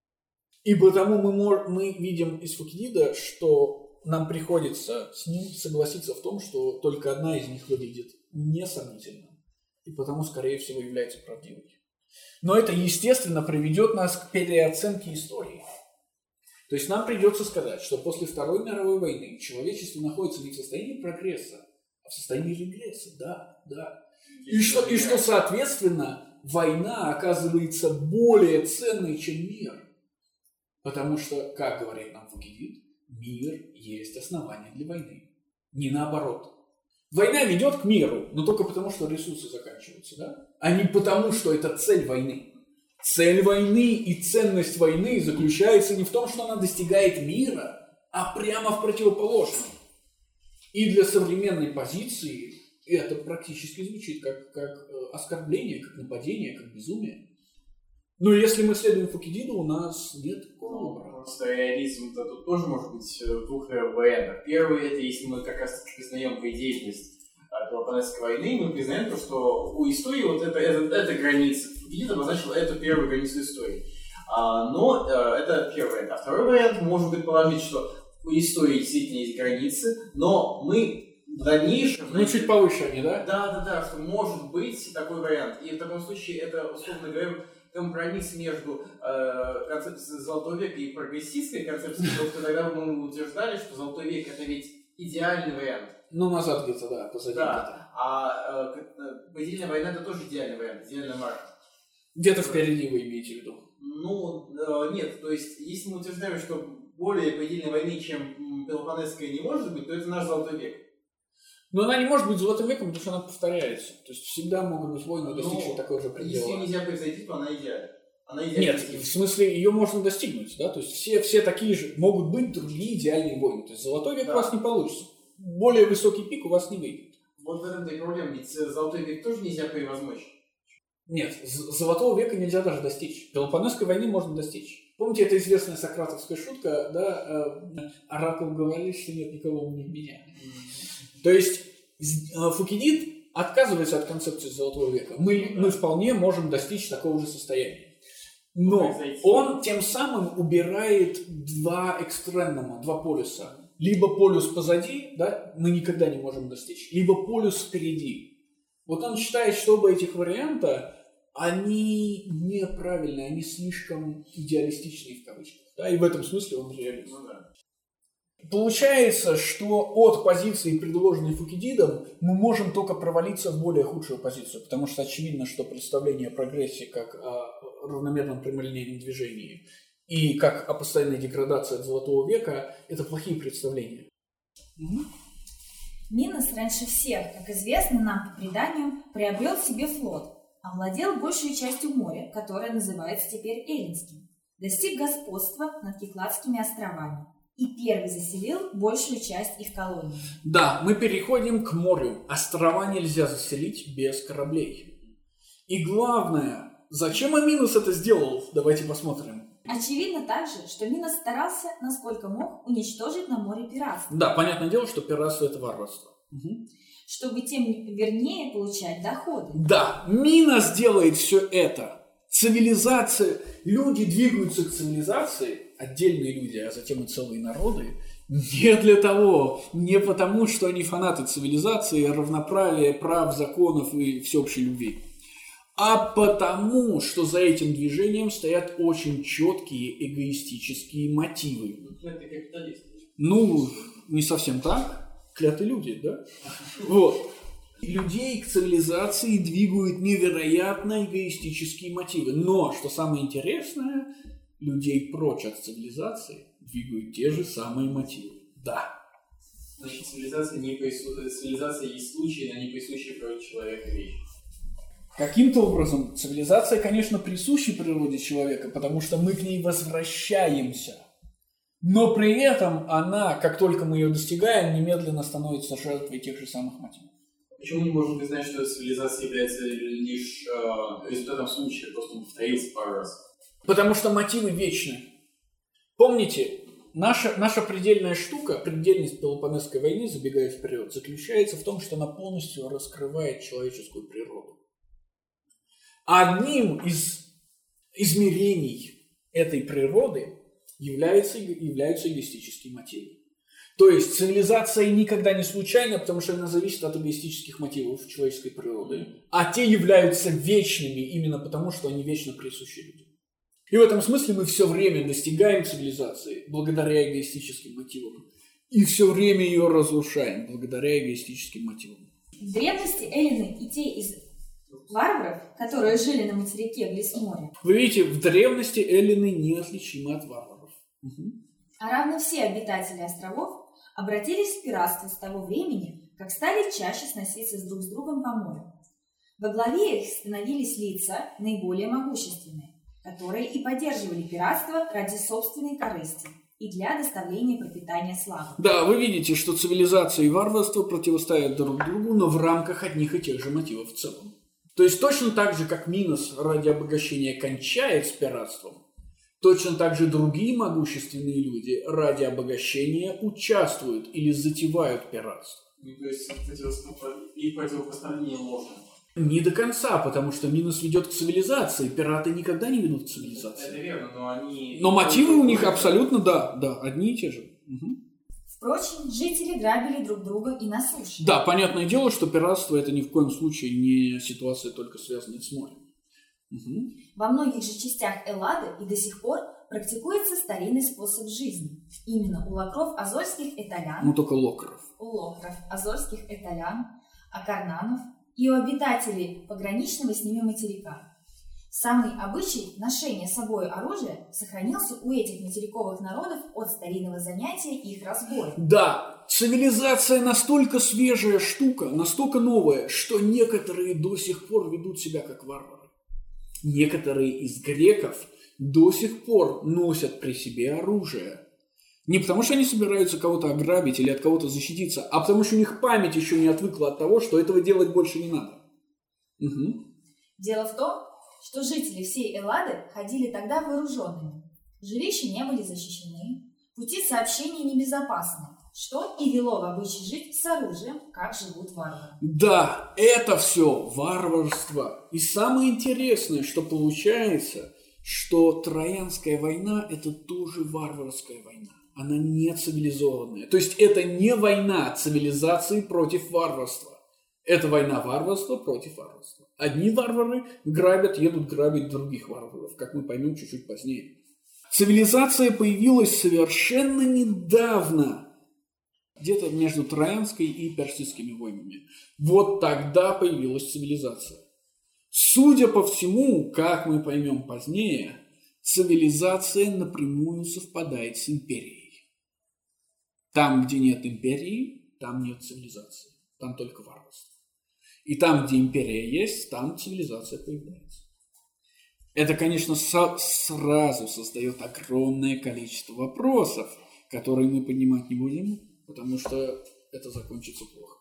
И потому мы видим из Фукидида, что нам приходится с ним согласиться в том, что только одна из них выглядит несомнительно, и потому, скорее всего, является правдивой. Но это, естественно, приведет нас к переоценке истории. То есть нам придется сказать, что после Второй мировой войны человечество находится не в состоянии прогресса, а в состоянии регресса. Да. И что, соответственно, война оказывается более ценной, чем мир. Потому что, как говорит нам Фукидид, мир есть основание для войны. Не наоборот. Война ведет к миру, но только потому, что ресурсы заканчиваются, да? А не потому, что это цель войны. Цель войны и ценность войны заключается не в том, что она достигает мира, а прямо в противоположном. И для современной позиции это практически звучит как оскорбление, как нападение, как безумие. Но если мы следуем Фукидиду, у нас нет такого выбора. Просто реализм тут тоже может быть в 2 вариантах. Первый, это если мы как раз признаем деятельность Пелопоннесской войны, мы признаем то, что у истории вот эта граница. Фукидид обозначил эту первую границу истории. Но это первый вариант. А второй вариант может предположить, что у истории действительно есть границы, но мы в дальнейшем... Ну, чуть повыше они, да? Да, что может быть такой вариант. И в таком случае это, условно говоря, компромисс между концепцией Золотого века и прогрессистской концепцией, потому что тогда мы утверждали, что Золотой век это ведь идеальный вариант. Ну, назад где-то, да, позади да. А предельная война это тоже идеальный вариант, идеальный марк. Где-то впереди вы имеете в виду? Ну, нет, то есть, если мы утверждаем, что более предельной войны, чем Пелопоннесская, не может быть, то это наш Золотой век. Но она не может быть золотым веком, потому что она повторяется. То есть всегда могут быть войны, достигшие такой же предела. Если ее нельзя превзойти, то она идеальна. Нет, в смысле ее можно достигнуть, да? То есть все такие же могут быть другие идеальные войны. То есть золотой век у вас не получится. Более высокий пик у вас не выйдет. Вот в этом-то и проблема, ведь Золотой век тоже нельзя превозмочь. Нет, Золотого века нельзя даже достичь. Пелопоннесской войны можно достичь. Помните, это известная сократовская шутка, да? Оракул говорит, что нет никого умнее меня. То есть Фукидид отказывается от концепции Золотого века. Мы вполне можем достичь такого же состояния. Но он тем самым убирает 2 экстремума, 2 полюса. Либо полюс позади, да, мы никогда не можем достичь, либо полюс впереди. Вот он считает, что оба этих варианта, они неправильные, они слишком идеалистичные в кавычках. Да, и в этом смысле он реалист. Ну да. Получается, что от позиции, предложенной Фукидидом, мы можем только провалиться в более худшую позицию, потому что очевидно, что представление о прогрессе как о равномерном прямолинейном движении и как о постоянной деградации от Золотого века – это плохие представления. Минос раньше всех, как известно нам по преданию, приобрел себе флот, овладел большей частью моря, которое называется теперь Эллинским, достиг господства над Кикладскими островами и первый заселил большую часть их колоний. Да, мы переходим к морю. Острова нельзя заселить без кораблей. И главное, зачем Аминус это сделал? Давайте посмотрим. Очевидно также, что Минос старался, насколько мог, уничтожить на море пиратство, Да, понятное дело, что пиратство – это варварство. чтобы тем вернее получать доходы. Да, Минос делает все это. Цивилизация, люди двигаются к цивилизации, отдельные люди, а затем и целые народы, не для того, не потому, что они фанаты цивилизации, равноправия, прав, законов и всеобщей любви, а потому, что за этим движением стоят очень четкие эгоистические мотивы. Это капиталист. Ну, не совсем так. Клятые люди, да? Вот. Людей к цивилизации двигают невероятно эгоистические мотивы. Но, что самое интересное, людей прочь от цивилизации двигают те же самые мотивы. Да. Значит, цивилизация есть случай, но не присущая природе человека вещь. Каким-то образом цивилизация, конечно, присуща природе человека, потому что мы к ней возвращаемся. Но при этом она, как только мы ее достигаем, немедленно становится жертвой тех же самых мотивов. Почему не можем признать, что цивилизация является лишь результатом случая, просто он повторился пару раз? Потому что мотивы вечны. Помните, наша предельная штука, предельность Пелопоннесской войны, забегая вперед, заключается в том, что она полностью раскрывает человеческую природу. Одним из измерений этой природы являются эгоистические мотивы. То есть цивилизация никогда не случайна, потому что она зависит от эгоистических мотивов человеческой природы, а те являются вечными именно потому, что они вечно присущи людям. И в этом смысле мы все время достигаем цивилизации благодаря эгоистическим мотивам и все время ее разрушаем благодаря эгоистическим мотивам. В древности эллины и те из варваров, которые жили на материке близ моря, Вы видите, в древности эллины неотличимы от варваров. а равно все обитатели островов, обратились в пиратство с того времени, как стали чаще сноситься друг с другом по морю. Во главе их становились лица наиболее могущественные, которые и поддерживали пиратство ради собственной корысти и для доставления пропитания славы. Да, вы видите, что цивилизация и варварство противостоят друг другу, но в рамках одних и тех же мотивов в целом. То есть точно так же, как Минос ради обогащения кончает с пиратством, точно так же другие могущественные люди ради обогащения участвуют или затевают пиратство. Ну, то есть их противопоставление ложно. Не до конца, потому что Минос ведет к цивилизации, пираты никогда не ведут к цивилизации. Это верно, но они... Но мотивы у них абсолютно, да, одни и те же. Впрочем, жители грабили друг друга и на суше. Да, понятное дело, что пиратство это ни в коем случае не ситуация, только связанная с морем. Во многих же частях Эллады и до сих пор практикуется старинный способ жизни. Именно у локров азорских эталян, Ну, только локров. у локров азорских эталян, акарнанов и у обитателей пограничного с ними материка. Самый обычай ношения с собой оружия сохранился у этих материковых народов от старинного занятия их разбоя. Да, цивилизация настолько свежая штука, настолько новая, что некоторые до сих пор ведут себя как варвары. Некоторые из греков до сих пор носят при себе оружие. Не потому, что они собираются кого-то ограбить или от кого-то защититься, а потому, что у них память еще не отвыкла от того, что этого делать больше не надо. Дело в том, что жители всей Эллады ходили тогда вооруженными. Жилища не были защищены, пути сообщения небезопасны, что и вело в обычай жить с оружием, как живут варвары. Да, это все варварство. И самое интересное, что получается, что Троянская война – это тоже варварская война. она не цивилизованная. То есть это не война цивилизации против варварства. Это война варварства против варварства. Одни варвары грабят, едут грабить других варваров, как мы поймем чуть-чуть позднее. Цивилизация появилась совершенно недавно, где-то между Троянской и Персидскими войнами. Вот тогда появилась цивилизация. Судя по всему, как мы поймем позднее, цивилизация напрямую совпадает с империей. Там, где нет империи, там нет цивилизации. Там только варварство. И там, где империя есть, там цивилизация появляется. Это, конечно, сразу создает огромное количество вопросов, которые мы поднимать не будем, потому что это закончится плохо.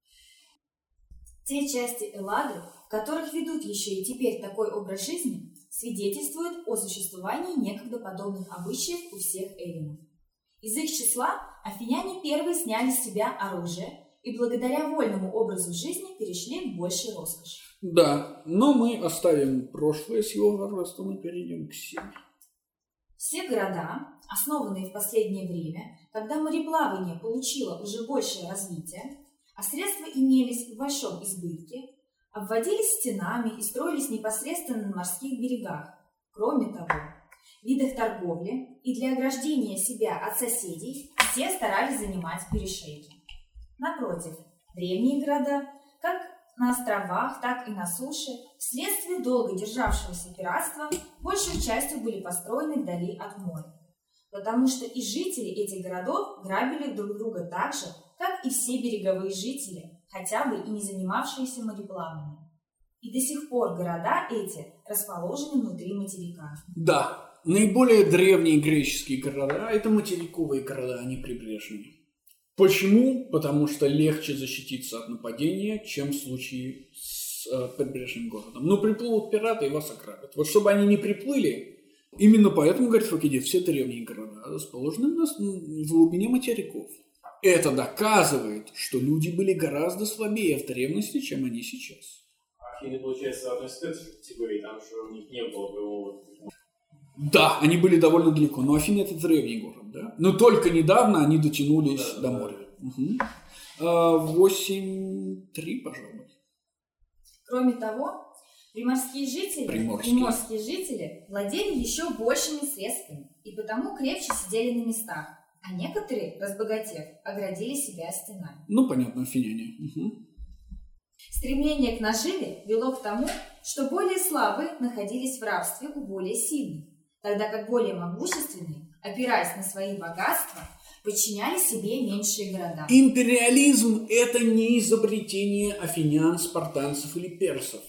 Те части Эллады, в которых ведут еще и теперь такой образ жизни, свидетельствуют о существовании некогда подобных обычаев у всех эллинов. Из их числа афиняне первые сняли с себя оружие и благодаря вольному образу жизни перешли к большей роскоши. Да, но мы оставим прошлое с его варварством и перейдем к себе. Все города, основанные в последнее время, когда мореплавание получило уже большее развитие, а средства имелись в большом избытке, обводились стенами и строились непосредственно на морских берегах. Кроме того, в видах торговли и для ограждения себя от соседей все старались занимать перешейки. Напротив, древние города, как на островах, так и на суше, вследствие долго державшегося пиратства, большей частью были построены вдали от моря. Потому что и жители этих городов грабили друг друга так же, как и все береговые жители, хотя бы и не занимавшиеся мореплаванием. И до сих пор города эти расположены внутри материка. Да, наиболее древние греческие города – это материковые города, а не прибрежные. Почему? Потому что легче защититься от нападения, чем в случае с прибрежным городом. Но приплывут пираты и вас ограбят. Вот чтобы они не приплыли, именно поэтому, говорит Фукидид, все древние города расположены в глубине материков. Это доказывает, что люди были гораздо слабее в древности, чем они сейчас. Афины, получается, относятся к этой категории, там же у них не было боевого. Да, они были довольно далеко, но Афины – это древний город, да? Но только недавно они дотянулись до моря. Угу. 8-3, пожалуй. Кроме того, приморские жители владели еще большими средствами и потому крепче сидели на местах, а некоторые, разбогатев, оградили себя стенами. Ну, понятно, афиняне. Угу. Стремление к наживе вело к тому, что более слабые находились в рабстве у более сильных, тогда как более могущественные, опираясь на свои богатства, подчиняли себе меньшие города. Империализм – это не изобретение афинян, спартанцев или персов.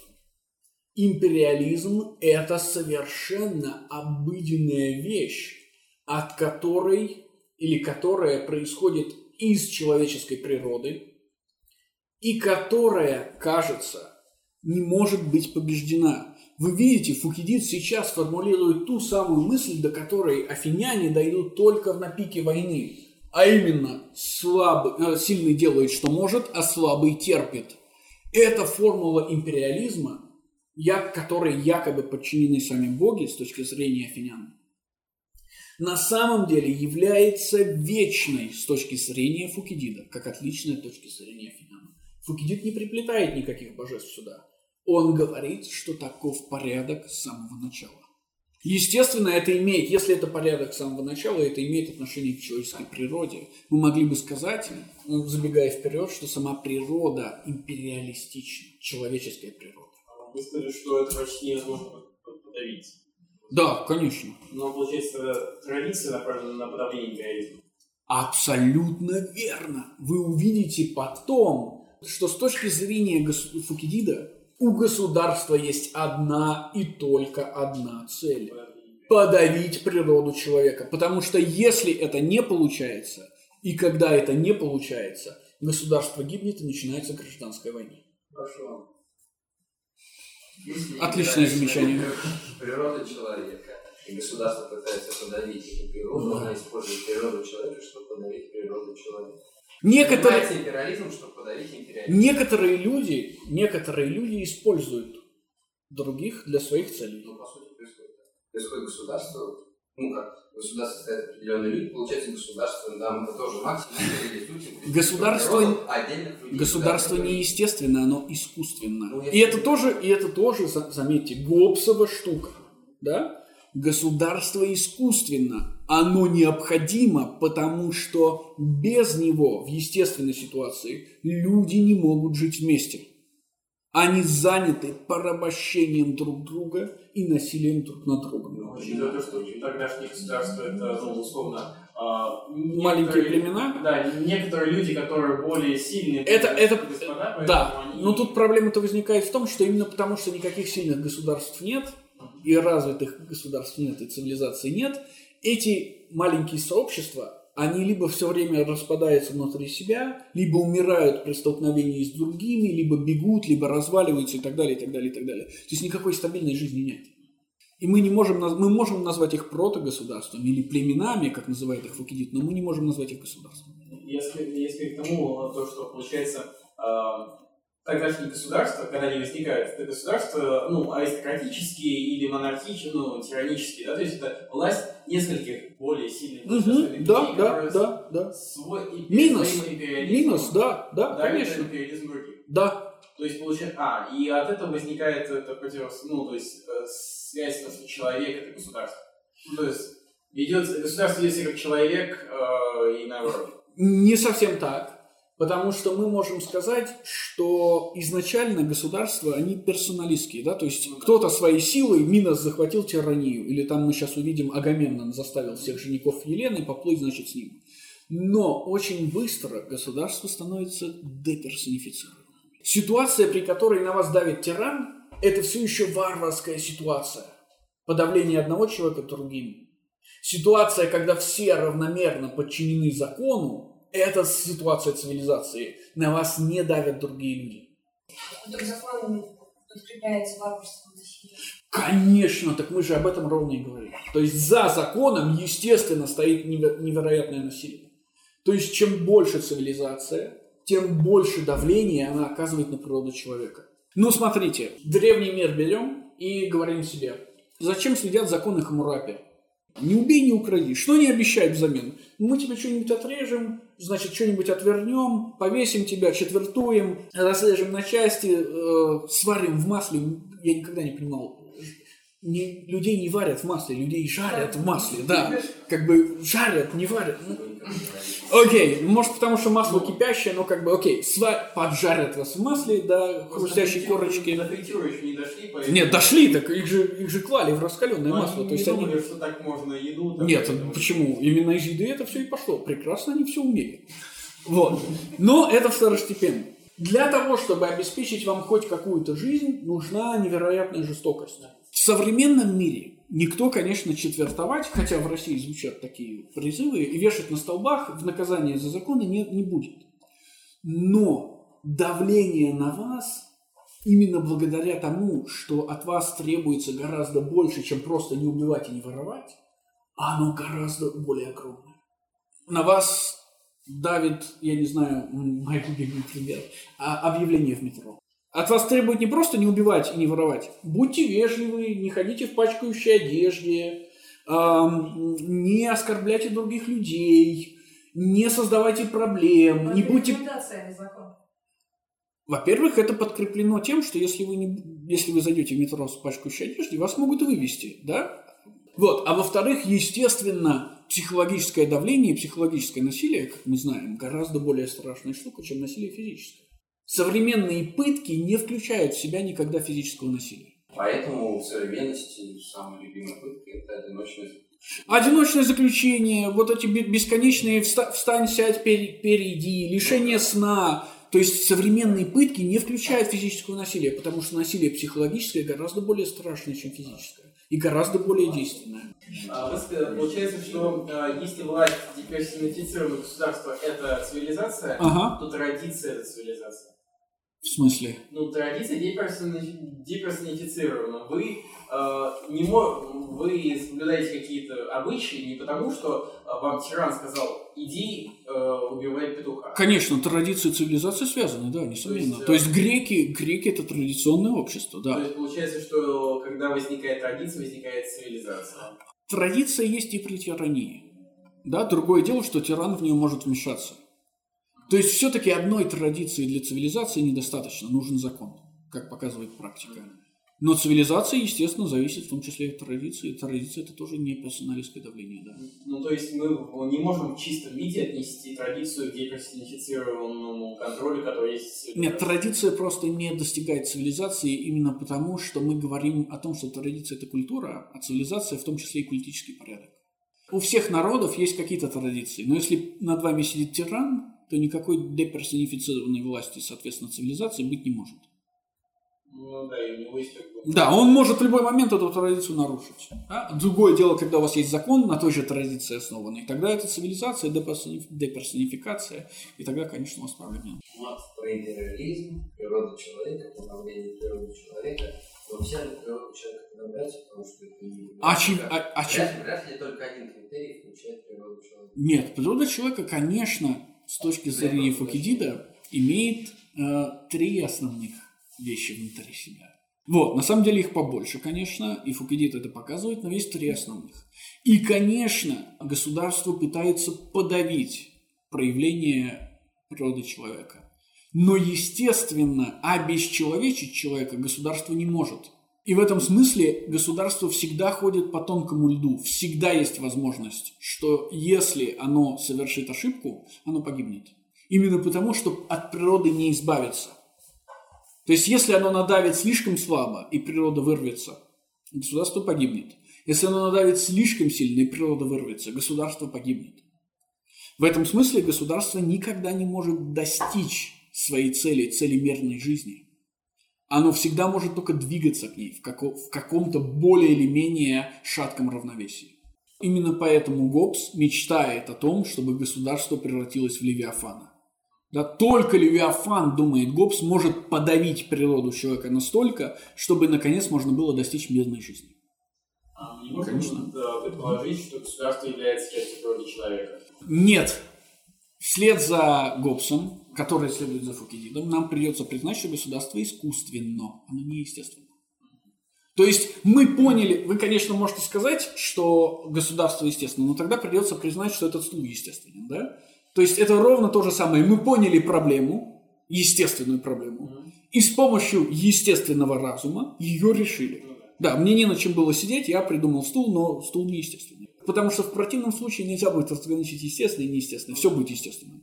Империализм – это совершенно обыденная вещь, от которой или которая происходит из человеческой природы и которая, кажется, не может быть побеждена. Вы видите, Фукидид сейчас формулирует ту самую мысль, до которой афиняне дойдут только на пике войны. А именно, сильный делает, что может, а слабый терпит. Это формула империализма, которой якобы подчинены сами боги с точки зрения афинян, на самом деле является вечной с точки зрения Фукидида, как отличная точки зрения афинян. Фукидид не приплетает никаких божеств сюда. Он говорит, что таков порядок с самого начала. Естественно, это имеет, если это порядок с самого начала, это имеет отношение к человеческой природе. Мы могли бы сказать, забегая вперед, что сама природа империалистична, человеческая природа. Вы сказали, что это почти невозможно подавить. Да, конечно. Но, получается, традиция направлена на подавление империализма. Абсолютно верно. Вы увидите потом, что с точки зрения Фукидида у государства есть одна и только одна цель – подавить природу человека. Потому что если это не получается, и когда это не получается, государство гибнет и начинается гражданская война. Хорошо. Отличное замечание. Природа человека, и государство пытается подавить эту природу, оно использует природу человека, чтобы подавить природу человека. Занимается империализмом, чтобы подавить империализм. Некоторые люди используют других для своих целей. Ну, по сути, происходит государство, государство состоит определенные люди, получается государство, нам это тоже максимум или суть. Государство не естественное, оно искусственное. И это тоже, заметьте, Гоббсова штука. Да? Государство искусственно. Оно необходимо, потому что без него в естественной ситуации люди не могут жить вместе. Они заняты порабощением друг друга и насилием друг над другом. Учитывая то, что тогдашние государства это, условно, маленькие племена. Да, некоторые люди, которые более сильные. Господа, да. Но тут проблема-то возникает в том, что именно потому, что никаких сильных государств нет, и развитых государств нет, и цивилизаций нет, эти маленькие сообщества, они либо все время распадаются внутри себя, либо умирают при столкновении с другими, либо бегут, либо разваливаются и так далее, и так далее, и так далее. То есть никакой стабильной жизни нет. И мы можем назвать их протогосударствами или племенами, как называют их Фукидид, но мы не можем назвать их государством. Если к тому, то, что получается тогдашние государства, когда они возникают, это государства, аристократические или монархические, тиранические, да, то есть это власть нескольких более сильных государственных людей, да. Минус, да, конечно. Империализм других. Да. То есть получается, и от этого возникает это связь человека и государства. То есть государство ведет себя как человек и наоборот. Не совсем так. Потому что мы можем сказать, что изначально государства, они персоналистские, да, то есть кто-то своей силой Минос захватил тиранию, или там мы сейчас увидим Агамемнон заставил всех женихов Елены поплыть, значит, с ним. Но очень быстро государство становится деперсонифицированным. Ситуация, при которой на вас давит тиран, это все еще варварская ситуация. Подавление одного человека другим. Ситуация, когда все равномерно подчинены закону, это ситуация цивилизации. На вас не давят другие люди. Только закон подкрепляется варварством насилия. Конечно, так мы же об этом ровно и говорим. То есть за законом, естественно, стоит невероятное насилие. То есть чем больше цивилизация, тем больше давления она оказывает на природу человека. Ну, смотрите, древний мир берем и говорим себе, зачем следят законы Хаммурапи? Не убей, не укради. Что не обещают взамен? Мы тебе что-нибудь отрежем, значит, что-нибудь отвернем, повесим тебя, четвертуем, разрежем на части, сварим в масле. Я никогда не понимал. Людей не варят в масле, людей жарят в масле. Да, жарят, не варят. Окей, может потому что масло кипящее, но поджарят вас в масле до хрустящей корочки. До фритюра еще не дошли. Нет, дошли, так их же клали в раскаленное масло. То есть они думали, что так можно еду. Нет, почему? Именно из еды это все и пошло. Прекрасно они все умели. Вот. Но это второстепенно. Для того, чтобы обеспечить вам хоть какую-то жизнь, нужна невероятная жестокость. В современном мире никто, конечно, четвертовать, хотя в России звучат такие призывы, и вешать на столбах в наказание за законы не будет. Но давление на вас, именно благодаря тому, что от вас требуется гораздо больше, чем просто не убивать и не воровать, оно гораздо более огромное. На вас давит, я не знаю, мой любимый пример, объявление в метро. От вас требует не просто не убивать и не воровать. Будьте вежливы, не ходите в пачкающей одежде, не оскорбляйте других людей, не создавайте проблем, не будьте... Во-первых, это подкреплено тем, что если вы зайдете в метро с пачкающей одеждой, вас могут вывести, да? Вот. А во-вторых, естественно, психологическое давление и психологическое насилие, как мы знаем, гораздо более страшная штука, чем насилие физическое. Современные пытки не включают в себя никогда физического насилия. Поэтому в современности самая любимая пытка – это одиночное заключение. Одиночное заключение, вот эти бесконечные «встань, сядь, перейди», лишение сна. То есть современные пытки не включают физического насилия, потому что насилие психологическое гораздо более страшное, чем физическое. И гораздо более действенное. Получается, что если власть деперсонифицированного государства – это цивилизация, то традиция – это цивилизация. В смысле? Традиция деперсонифицирована. Вы соблюдаете какие-то обычаи не потому, что вам тиран сказал «иди убивай петуха». Конечно, традиции и цивилизация связаны, да, несомненно. То есть греки это традиционное общество, да. То есть получается, что когда возникает традиция, возникает цивилизация. Традиция есть и при тирании. Да? Другое дело, что тиран в нее может вмешаться. То есть все-таки одной традиции для цивилизации недостаточно, нужен закон, как показывает практика. Но цивилизация, естественно, зависит в том числе от традиции. Традиция – это тоже не персоналистское давление. Да? Ну, то есть мы не можем в чистом виде отнести традицию к деперсонифицированному контролю, который есть... Нет, традиция просто не достигает цивилизации именно потому, что мы говорим о том, что традиция – это культура, а цивилизация в том числе и политический порядок. У всех народов есть какие-то традиции, но если над вами сидит тиран, то никакой деперсонифицированной власти, соответственно, цивилизации быть не может. Ну да, и у него есть как бы... Да, он может в любой момент эту традицию нарушить. Да? Другое дело, когда у вас есть закон на той же традиции основанный, тогда это цивилизация, деперсонификация, и тогда, конечно, у вас проблем нет. Вот про империализм, природу человека, поновление природы человека. Но вся природа человека подобрается, потому что это не... Вряд ли только один критерий включает природу человека. Нет, природа человека, конечно, с точки зрения Фукидида, имеет 3 основных вещи внутри себя. Вот, на самом деле их побольше, конечно, и Фукидид это показывает, но есть 3 основных. И, конечно, государство пытается подавить проявление природы человека. Но, естественно, обесчеловечить человека государство не может. И в этом смысле государство всегда ходит по тонкому льду. Всегда есть возможность, что если оно совершит ошибку, оно погибнет. Именно потому, что от природы не избавиться. То есть, если оно надавит слишком слабо, и природа вырвется, государство погибнет. Если оно надавит слишком сильно, и природа вырвется, государство погибнет. В этом смысле государство никогда не может достичь своей цели мирной жизни. Оно всегда может только двигаться к ней в каком-то более или менее шатком равновесии. Именно поэтому Гоббс мечтает о том, чтобы государство превратилось в Левиафана. Да, только Левиафан, думает Гоббс, может подавить природу человека настолько, чтобы наконец можно было достичь мирной жизни. Мы не можем предположить, что государство является частью природы человека? Нет. Вслед за Гоббсом, который следует за Фукидидом, нам придется признать, что государство искусственно, оно не естественно. То есть мы поняли, вы, конечно, можете сказать, что государство естественно, но тогда придется признать, что этот стул естественен, да? То есть это ровно то же самое. Мы поняли проблему, естественную проблему, и с помощью естественного разума ее решили. Да, мне не на чем было сидеть, я придумал стул, но стул неестественный. Потому что в противном случае нельзя будет разграничить естественное и неестественное. Все будет естественным.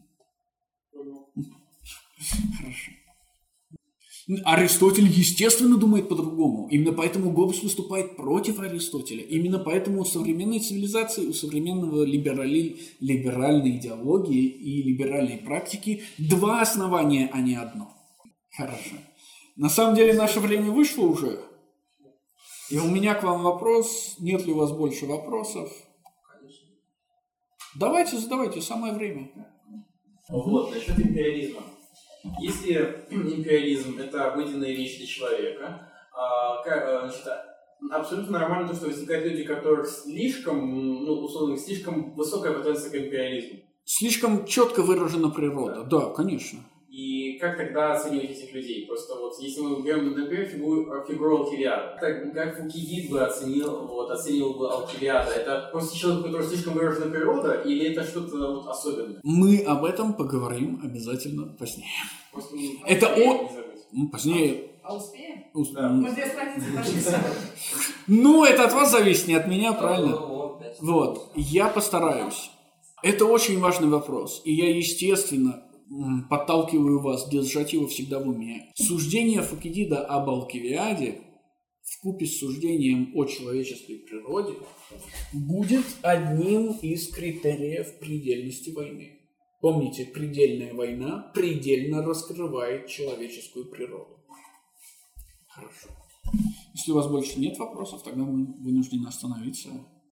Хорошо. Аристотель, естественно, думает по-другому. Именно поэтому Гоббс выступает против Аристотеля. Именно поэтому у современной цивилизации, у современного либеральной идеологии и либеральной практики 2 основания, а не одно. Хорошо. На самом деле наше время вышло уже. И у меня к вам вопрос. Нет ли у вас больше вопросов? Конечно. Давайте, задавайте, самое время. Вот, насчет империализма. Если империализм – это обыденная вещь для человека, значит, абсолютно нормально то, что возникают люди, у которых слишком высокая потенция к империализму. Слишком четко выражена природа, да, конечно. И как тогда оценивать этих людей? Просто вот если мы берем, например, фигуру Алкивиада, как Фукидид бы оценил бы Алкивиада? Это просто человек, у которого слишком выражена природа, или это что-то особенное? Мы об этом поговорим обязательно позднее. Позднее. А успеем? Да. Мы 2 страницы прошли. Ну, это от вас зависит, не от меня, правильно? Вот, я постараюсь. Это очень важный вопрос, и я, естественно, подталкиваю вас держать его всегда в уме. Суждение Фукидида об Алкивиаде вкупе с суждением о человеческой природе будет одним из критериев предельности войны. Помните, предельная война предельно раскрывает человеческую природу. Хорошо. Если у вас больше нет вопросов, тогда мы вынуждены остановиться.